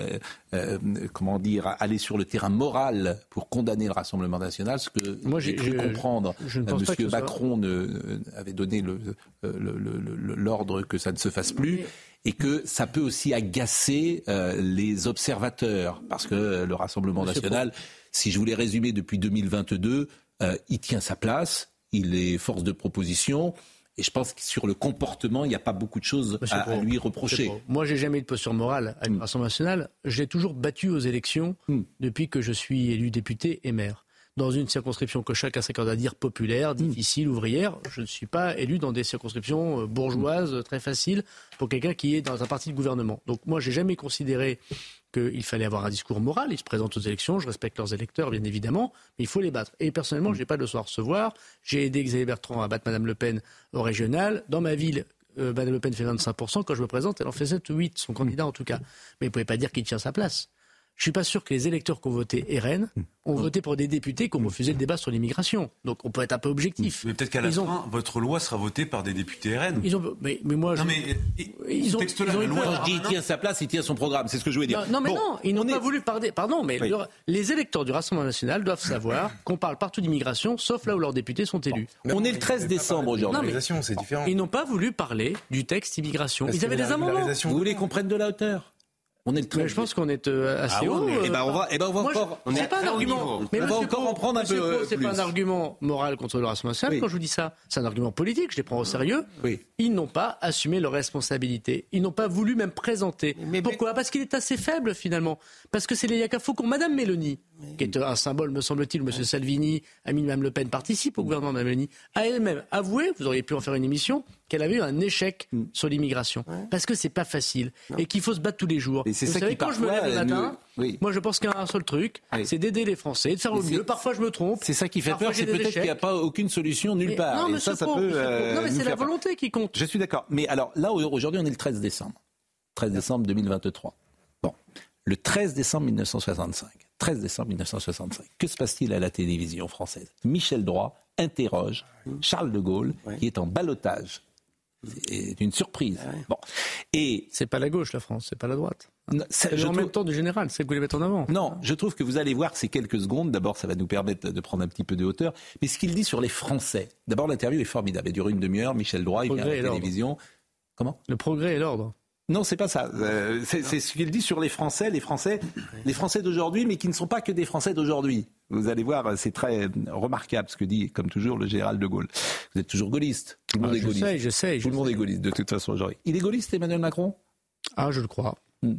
aller sur le terrain moral pour condamner le Rassemblement national, ce que j'ai cru comprendre. Monsieur Macron avait donné l'ordre que ça ne se fasse plus. Et que ça peut aussi agacer les observateurs. Parce que le Rassemblement national, si je voulais résumer depuis 2022, il tient sa place, il est force de proposition. Et je pense que sur le comportement, il n'y a pas beaucoup de choses à lui reprocher. Moi, j'ai jamais eu de posture morale avec le Rassemblement national. Je l'ai toujours battu aux élections depuis que je suis élu député et maire. Dans une circonscription que chacun s'accorde à dire populaire, difficile, ouvrière. Je ne suis pas élu dans des circonscriptions bourgeoises, très faciles, pour quelqu'un qui est dans un parti de gouvernement. Donc moi, j'ai jamais considéré qu'il fallait avoir un discours moral. Ils se présentent aux élections, je respecte leurs électeurs, bien évidemment, mais il faut les battre. Et personnellement, je n'ai pas de soir à recevoir. J'ai aidé Xavier Bertrand à battre Mme Le Pen au régional. Dans ma ville, Mme Le Pen fait 25%. Quand je me présente, elle en fait 7 ou 8, son candidat en tout cas. Mais vous ne pouvez pas dire qu'il tient sa place. Je ne suis pas sûr que les électeurs qui ont voté RN ont voté pour des députés qui ont refusé le débat sur l'immigration. Donc on peut être un peu objectif. Mais peut-être qu'à la fin, votre loi sera votée par des députés RN. Mais moi, non, mais ils ont la loi. Quand je dis il tient sa place, il tient son programme. C'est ce que je voulais dire. Non, ils n'ont pas voulu parler. Pardon, mais les électeurs du Rassemblement national doivent savoir qu'on parle partout d'immigration, sauf là où leurs députés sont élus. On est le 13 décembre aujourd'hui. C'est différent. Ils n'ont pas voulu parler du texte immigration. Ils avaient des amendements. Vous voulez qu'on prenne de la hauteur? On est le 13. Mais je pense qu'on est assez haut. On va encore. C'est pas un argument. Mais on va encore en prendre un peu. C'est pas un argument moral contre le Rassemblement national. Quand je vous dis ça, c'est un argument politique. Je les prends au sérieux. Oui. Ils n'ont pas assumé leurs responsabilités. Ils n'ont pas voulu même présenter. Pourquoi ? Parce qu'il est assez faible finalement. Parce que c'est les Yaka Faucon. Madame Mélanie, qui est un symbole, me semble-t-il, Monsieur Salvini, ami de Mme Le Pen, participe au gouvernement de Mme Mélanie, a elle-même avoué, vous auriez pu en faire une émission, qu'elle avait eu un échec sur l'immigration. Parce que c'est pas facile. Et qu'il faut se battre tous les jours. C'est vous ça savez, qui quand je me lève le matin, moi je pense qu'il y a un seul truc, c'est d'aider les Français, de faire au mieux. Parfois je me trompe. C'est ça qui fait peur, c'est peut-être qu'il n'y a pas aucune solution nulle part. Non, mais ça peut. Non, mais c'est la volonté qui compte. Je suis d'accord. Mais alors là, aujourd'hui, on est le 13 décembre. 13 décembre 2023. Bon. Le 13 décembre 1965. 13 décembre 1965. Que se passe-t-il à la télévision française ? Michel Droit interroge Charles de Gaulle, qui est en ballottage. C'est une surprise. Bon. Et c'est pas la gauche, la France, c'est pas la droite. C'est en même temps du général, c'est que vous les mettez en avant. Non, je trouve que vous allez voir ces quelques secondes. D'abord, ça va nous permettre de prendre un petit peu de hauteur. Mais ce qu'il dit sur les Français. D'abord, l'interview est formidable. Elle dure une demi-heure. Michel Droit, il vient à la télévision. Comment ? Le progrès et l'ordre. Non, c'est pas ça. C'est ce qu'il dit sur les Français d'aujourd'hui, mais qui ne sont pas que des Français d'aujourd'hui. Vous allez voir, c'est très remarquable ce que dit, comme toujours, le général de Gaulle. Vous êtes toujours gaulliste. Tout le monde est gaulliste. Je sais. Tout le monde est gaulliste, de toute façon, aujourd'hui. Il est gaulliste, Emmanuel Macron ? Ah, je le crois. Bon.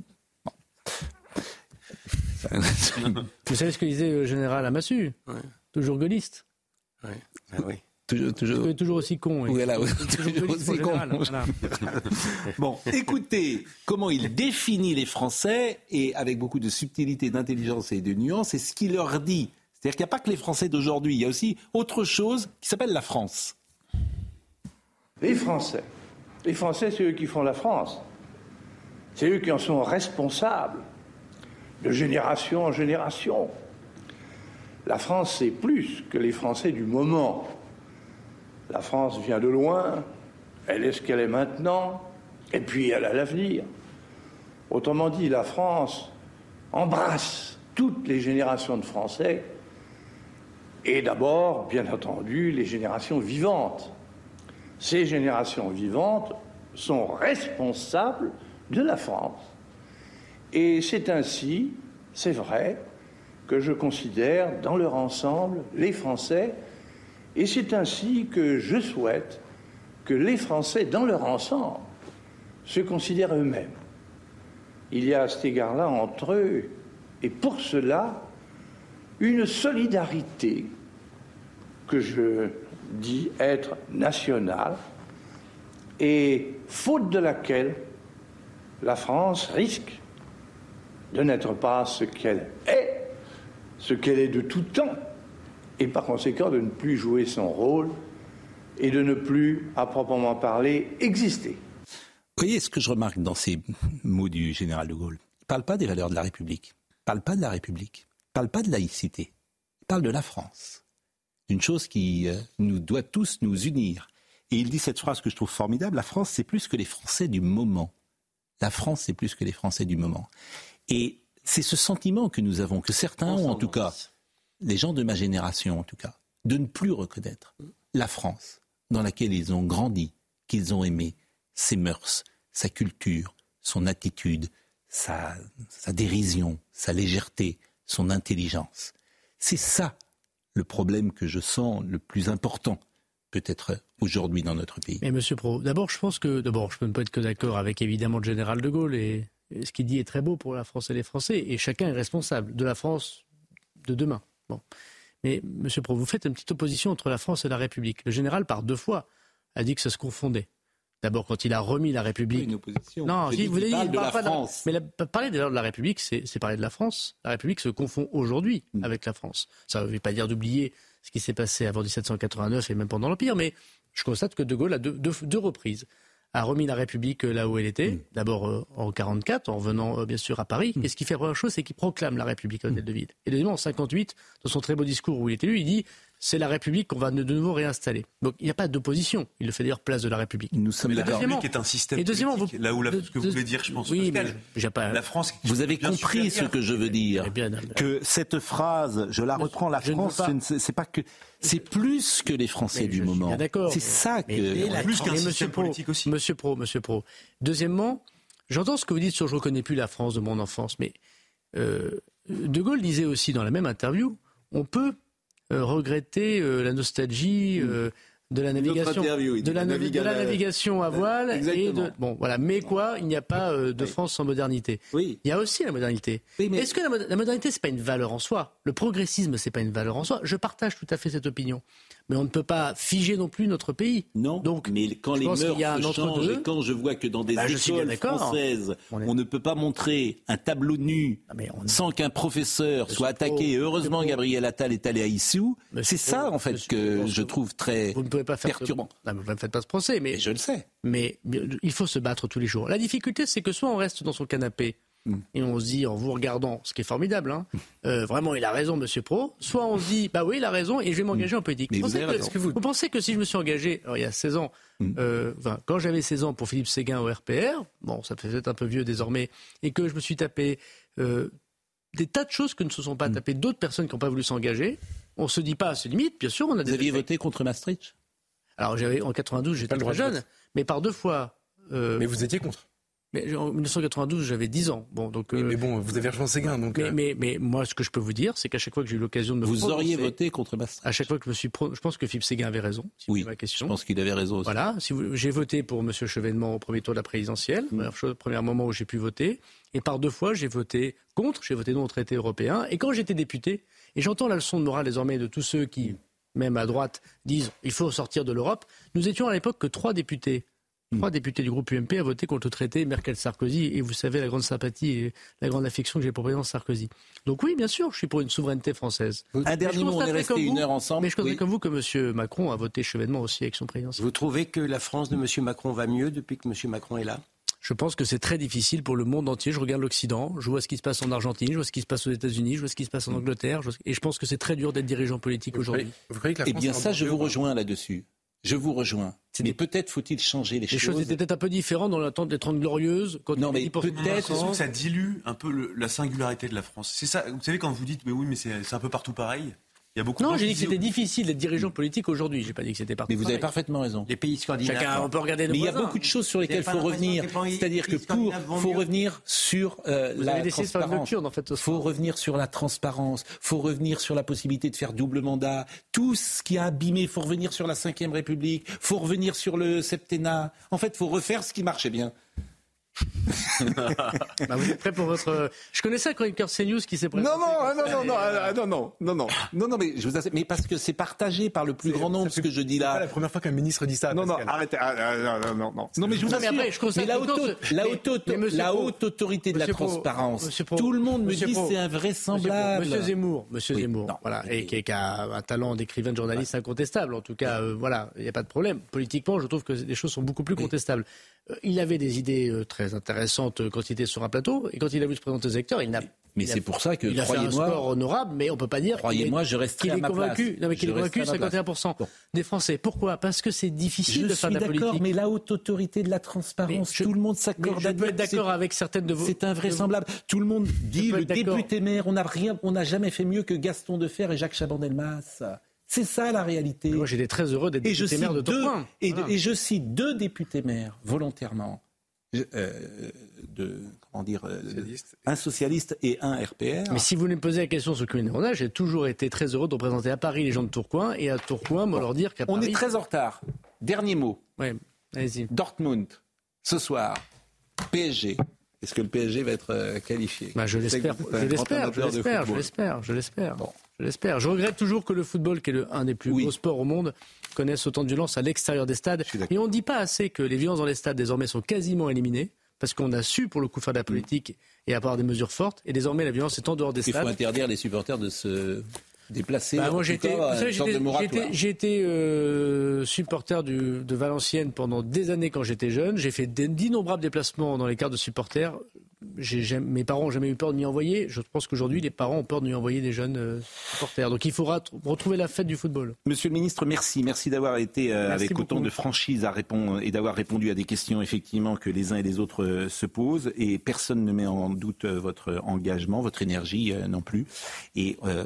Vous savez ce que disait le général Amassu ? Toujours gaulliste. Oui. Toujours aussi con. Voilà, toujours aussi con. Voilà. Bon, écoutez comment il définit les Français, et avec beaucoup de subtilité, d'intelligence et de nuance, et ce qu'il leur dit. C'est-à-dire qu'il n'y a pas que les Français d'aujourd'hui, il y a aussi autre chose qui s'appelle la France. Les Français, c'est eux qui font la France. C'est eux qui en sont responsables, de génération en génération. La France, c'est plus que les Français du moment. La France vient de loin, elle est ce qu'elle est maintenant, et puis elle a l'avenir. Autrement dit, la France embrasse toutes les générations de Français, et d'abord, bien entendu, les générations vivantes. Ces générations vivantes sont responsables de la France. Et c'est ainsi, c'est vrai, que je considère dans leur ensemble les Français. Et c'est ainsi que je souhaite que les Français, dans leur ensemble, se considèrent eux-mêmes. Il y a à cet égard-là entre eux, et pour cela, une solidarité que je dis être nationale, et faute de laquelle la France risque de n'être pas ce qu'elle est de tout temps, et par conséquent de ne plus jouer son rôle et de ne plus, à proprement parler, exister. Vous voyez ce que je remarque dans ces mots du général de Gaulle ? Il ne parle pas des valeurs de la République, il ne parle pas de la République, il ne parle pas de laïcité, il parle de la France. Une chose qui nous doit tous nous unir. Et il dit cette phrase que je trouve formidable, la France c'est plus que les Français du moment. La France c'est plus que les Français du moment. Et c'est ce sentiment que nous avons, que certains ont en tout cas, les gens de ma génération en tout cas, de ne plus reconnaître la France dans laquelle ils ont grandi, qu'ils ont aimé, ses mœurs, sa culture, son attitude, sa dérision, sa légèreté, son intelligence. C'est ça le problème que je sens le plus important peut-être aujourd'hui dans notre pays. Mais Monsieur Pro, d'abord je peux ne pas être que d'accord avec évidemment le général de Gaulle et ce qu'il dit est très beau pour la France et les Français et chacun est responsable de la France de demain. Bon. Mais Monsieur Pro, vous faites une petite opposition entre la France et la République. Le général par 2 fois a dit que ça se confondait. D'abord quand il a remis la République. Une opposition. Non, il parle de la France. Mais parler de la République, c'est parler de la France. La République se confond aujourd'hui avec la France. Ça ne veut pas dire d'oublier ce qui s'est passé avant 1789 et même pendant l'Empire, mais je constate que De Gaulle a deux reprises a remis la République là où elle était, d'abord en 1944, en venant bien sûr à Paris. Et ce qui fait la première chose, c'est qu'il proclame la République à l'hôtel de ville. Et deuxièmement, en 1958, dans son très beau discours où il est élu, il dit c'est la République qu'on va de nouveau réinstaller. Donc il n'y a pas d'opposition. Il le fait d'ailleurs place de la République. Nous sommes la République est un système politique. Là où ce que vous voulez dire, je pense. Oui, la France. Vous avez compris ce que je veux dire. Que cette phrase, je la reprends, la France, c'est pas que. C'est plus que les Français du moment. C'est ça que. Plus qu'un système politique aussi. Monsieur Pro. Deuxièmement, J'entends ce que vous dites sur « Je ne reconnais plus la France de mon enfance », mais De Gaulle disait aussi dans la même interview, on peut regretter la nostalgie de la navigation, de la navigation à voile. Mais quoi, il n'y a pas de France sans modernité. Oui. Il y a aussi la modernité. Oui, mais... Est-ce que la modernité, c'est pas une valeur en soi ? Le progressisme, c'est pas une valeur en soi. Je partage tout à fait cette opinion. Mais on ne peut pas figer non plus notre pays. Non, donc, mais quand les mœurs se changent et quand je vois que dans des écoles françaises, on ne peut pas montrer un tableau nu sans qu'un professeur soit attaqué, et heureusement Gabriel Attal est allé à Issou, c'est ça en fait que je trouve très perturbant. Vous ne faites pas ce procès, mais je le sais. Mais il faut se battre tous les jours. La difficulté, c'est que soit on reste dans son canapé, et on se dit, en vous regardant, ce qui est formidable, vraiment, il a raison, Monsieur Pro. Soit on se dit, bah oui, il a raison, et je vais m'engager en politique. Vous pensez que si je me suis engagé, alors il y a 16 ans, quand j'avais 16 ans pour Philippe Séguin au RPR, bon, ça fait peut-être un peu vieux désormais, et que je me suis tapé des tas de choses que ne se sont pas tapées d'autres personnes qui n'ont pas voulu s'engager, on se dit pas à ses limites, bien sûr. Vous aviez voté contre Maastricht ? Alors, en 92, j'étais très jeune, mais par 2 fois. Mais vous étiez contre ? Mais en 1992, j'avais 10 ans. Bon, donc, mais bon, vous avez rejoint Séguin. Donc, mais moi, ce que je peux vous dire, c'est qu'à chaque fois que j'ai eu l'occasion de me prononcer... Vous auriez voté contre Maastricht ? À chaque fois que je pense que Philippe Séguin avait raison. Oui, ma question. Je pense qu'il avait raison aussi. Voilà, j'ai voté pour M. Chevènement au premier tour de la présidentielle, premier moment où j'ai pu voter. Et par 2 fois, j'ai voté contre, j'ai voté non au traité européen. Et quand j'étais député, et j'entends la leçon de morale désormais de tous ceux qui, même à droite, disent il faut sortir de l'Europe, nous étions à l'époque que 3 députés. 3 députés du groupe UMP à voter contre le traité Merkel-Sarkozy. Et vous savez la grande sympathie et la grande affection que j'ai pour le président Sarkozy. Donc oui, bien sûr, je suis pour une souveraineté française. Un dernier mot, on est resté 1 heure ensemble. Mais je considère comme vous que M. Macron a voté chevènement aussi avec son président. Vous trouvez que la France de M. Macron va mieux depuis que M. Macron est là ? Je pense que c'est très difficile pour le monde entier. Je regarde l'Occident, je vois ce qui se passe en Argentine, je vois ce qui se passe aux États-Unis, je vois ce qui se passe en Angleterre. Et je pense que c'est très dur d'être dirigeant politique aujourd'hui. Eh bien ça, je vous rejoins là-dessus. Je vous rejoins. Mais peut-être faut-il changer les choses. Les choses étaient peut-être un peu différentes dans l'attente des 30 glorieuses. Non, mais peut-être que ça dilue un peu la singularité de la France. C'est ça. Vous savez, quand vous dites, mais c'est un peu partout pareil. Il y a beaucoup non, j'ai dit que c'était difficile d'être dirigeant politique aujourd'hui. J'ai pas dit que c'était partout. Mais vous avez parfaitement raison. Les pays scandinaves. Chacun, on peut regarder nos voisins. Mais il y a beaucoup de choses sur lesquelles il faut revenir. C'est-à-dire que faut revenir sur la transparence. Faut revenir sur la transparence. Faut revenir sur la possibilité de faire double mandat. Tout ce qui a abîmé. Faut revenir sur la Ve République. Faut revenir sur le septennat. En fait, faut refaire ce qui marchait bien. Vous êtes prêt pour votre... Je connaissais un chroniqueur CNews qui s'est présenté. Non, mais je vous assure, mais parce que c'est partagé par le plus grand nombre ce que je dis là. C'est pas la première fois qu'un ministre dit ça. Non, arrêtez. Non, mais je vous assure. Mais la haute autorité de la transparence. Tout le monde me dit c'est invraisemblable. Monsieur Zemmour, voilà, et qui a un talent d'écrivain, de journaliste incontestable. En tout cas, voilà, il n'y a pas de problème. Politiquement, je trouve que les choses sont beaucoup plus contestables. Il avait des idées très intéressantes quand il était sur un plateau, et quand il a voulu se présenter aux électeurs, c'est pour ça que, il a fait un score honorable, mais on ne peut pas dire croyez-moi, je resterai à ma place. Non, mais qu'il est convaincu 51% des Français. Pourquoi ? Parce que c'est difficile de faire de la politique. Je suis d'accord, mais la haute autorité de la transparence, tout le monde s'accorde à dire. Je peux être d'accord avec certaines de vos... C'est invraisemblable. Tout le monde dit, le député maire, on n'a jamais fait mieux que Gaston Defferre et Jacques Chaban-Delmas. C'est ça la réalité. Moi, j'étais très heureux d'être député maire de Tourcoing. Et je cite 2 députés maires volontairement, un socialiste et un RPR. Mais si vous voulez me poser la question sur le commune Rhône, j'ai toujours été très heureux de représenter à Paris les gens de Tourcoing et à Tourcoing, leur dire qu'à Paris... On est très en retard. Dernier mot. Ouais, allez-y. Dortmund, ce soir, PSG. Est-ce que le PSG va être qualifié ? Je l'espère. Je l'espère. Bon. Je l'espère. Je regrette toujours que le football, qui est un des plus gros sports au monde, connaisse autant de violence à l'extérieur des stades. Et on ne dit pas assez que les violences dans les stades, désormais, sont quasiment éliminées, parce qu'on a su, pour le coup, faire de la politique et avoir des mesures fortes. Et désormais, la violence est en dehors des stades. Il faut interdire les supporters de se déplacer. Moi, j'ai été supporter de Valenciennes pendant des années quand j'étais jeune. J'ai fait d'innombrables déplacements dans les quarts de supporters. Mes parents n'ont jamais eu peur de m'y envoyer. Je pense qu'aujourd'hui, les parents ont peur de m'y envoyer des jeunes supporters. Donc il faudra retrouver la fête du football. Monsieur le ministre, merci. Merci d'avoir été avec autant de franchise et d'avoir répondu à des questions effectivement que les uns et les autres se posent. Et personne ne met en doute votre engagement, votre énergie non plus. Et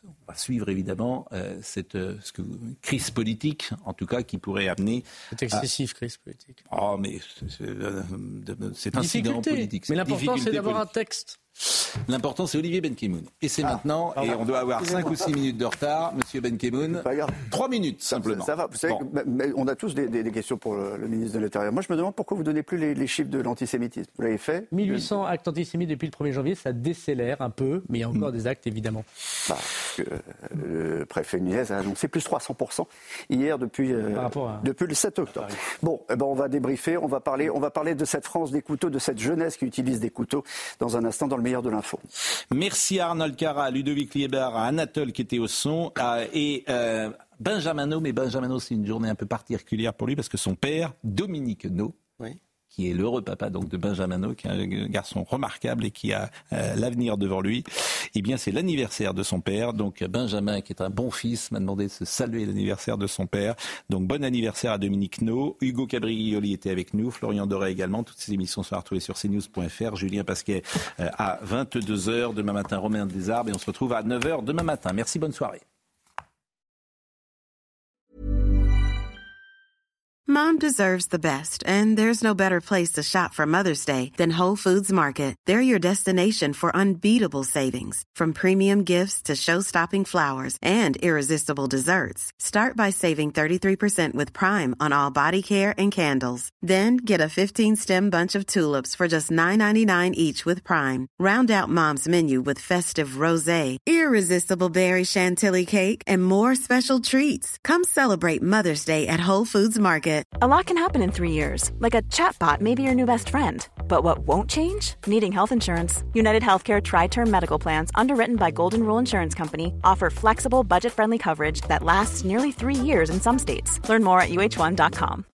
on va suivre évidemment cette crise politique, en tout cas, qui pourrait amener... C'est excessif, crise politique. Oh, mais c'est incident politique. Mais l'important, c'est d'avoir un texte. L'important, c'est Olivier Benkemoun. Et c'est maintenant, et on doit avoir 5 ou 6 minutes de retard. Monsieur Benkemoun, 3 minutes simplement. Ça va, vous savez, on a tous des questions pour le ministre de l'Intérieur. Moi, je me demande pourquoi vous ne donnez plus les chiffres de l'antisémitisme. Vous l'avez fait. 1800 actes antisémites depuis le 1er janvier, ça décélère un peu, mais il y a encore des actes, évidemment. Parce que le préfet Nunez a annoncé plus 300% hier depuis le 7 octobre. Bon, on va débriefer, on va parler de cette France des couteaux, de cette jeunesse qui utilise des couteaux dans un instant dans le meilleur de l'info. Merci à Arnold Cara, à Ludovic Lieber, à Anatole qui était au son, et Benjamin No. Mais Benjamin No, c'est une journée un peu particulière pour lui parce que son père, Dominique No, qui est l'heureux papa donc de Benjamin No, qui est un garçon remarquable et qui a l'avenir devant lui, eh bien c'est l'anniversaire de son père. Donc Benjamin, qui est un bon fils, m'a demandé de se saluer l'anniversaire de son père. Donc bon anniversaire à Dominique No. Hugo Cabrioli était avec nous, Florian Doré également. Toutes ces émissions sont retrouvées sur cnews.fr. Julien Pasquet à 22h. Demain matin, Romain Desarbes. Et on se retrouve à 9h demain matin. Merci, bonne soirée. Mom deserves the best, and there's no better place to shop for Mother's Day than Whole Foods Market. They're your destination for unbeatable savings, from premium gifts to show-stopping flowers and irresistible desserts. Start by saving 33% with Prime on all body care and candles. Then get a 15-stem bunch of tulips for just $9.99 each with Prime. Round out Mom's menu with festive rosé, irresistible berry chantilly cake, and more special treats. Come celebrate Mother's Day at Whole Foods Market. A lot can happen in 3 years, like a chatbot may be your new best friend. But what won't change? Needing health insurance. United Healthcare Tri-Term Medical Plans, underwritten by Golden Rule Insurance Company, offer flexible, budget-friendly coverage that lasts nearly 3 years in some states. Learn more at uh1.com.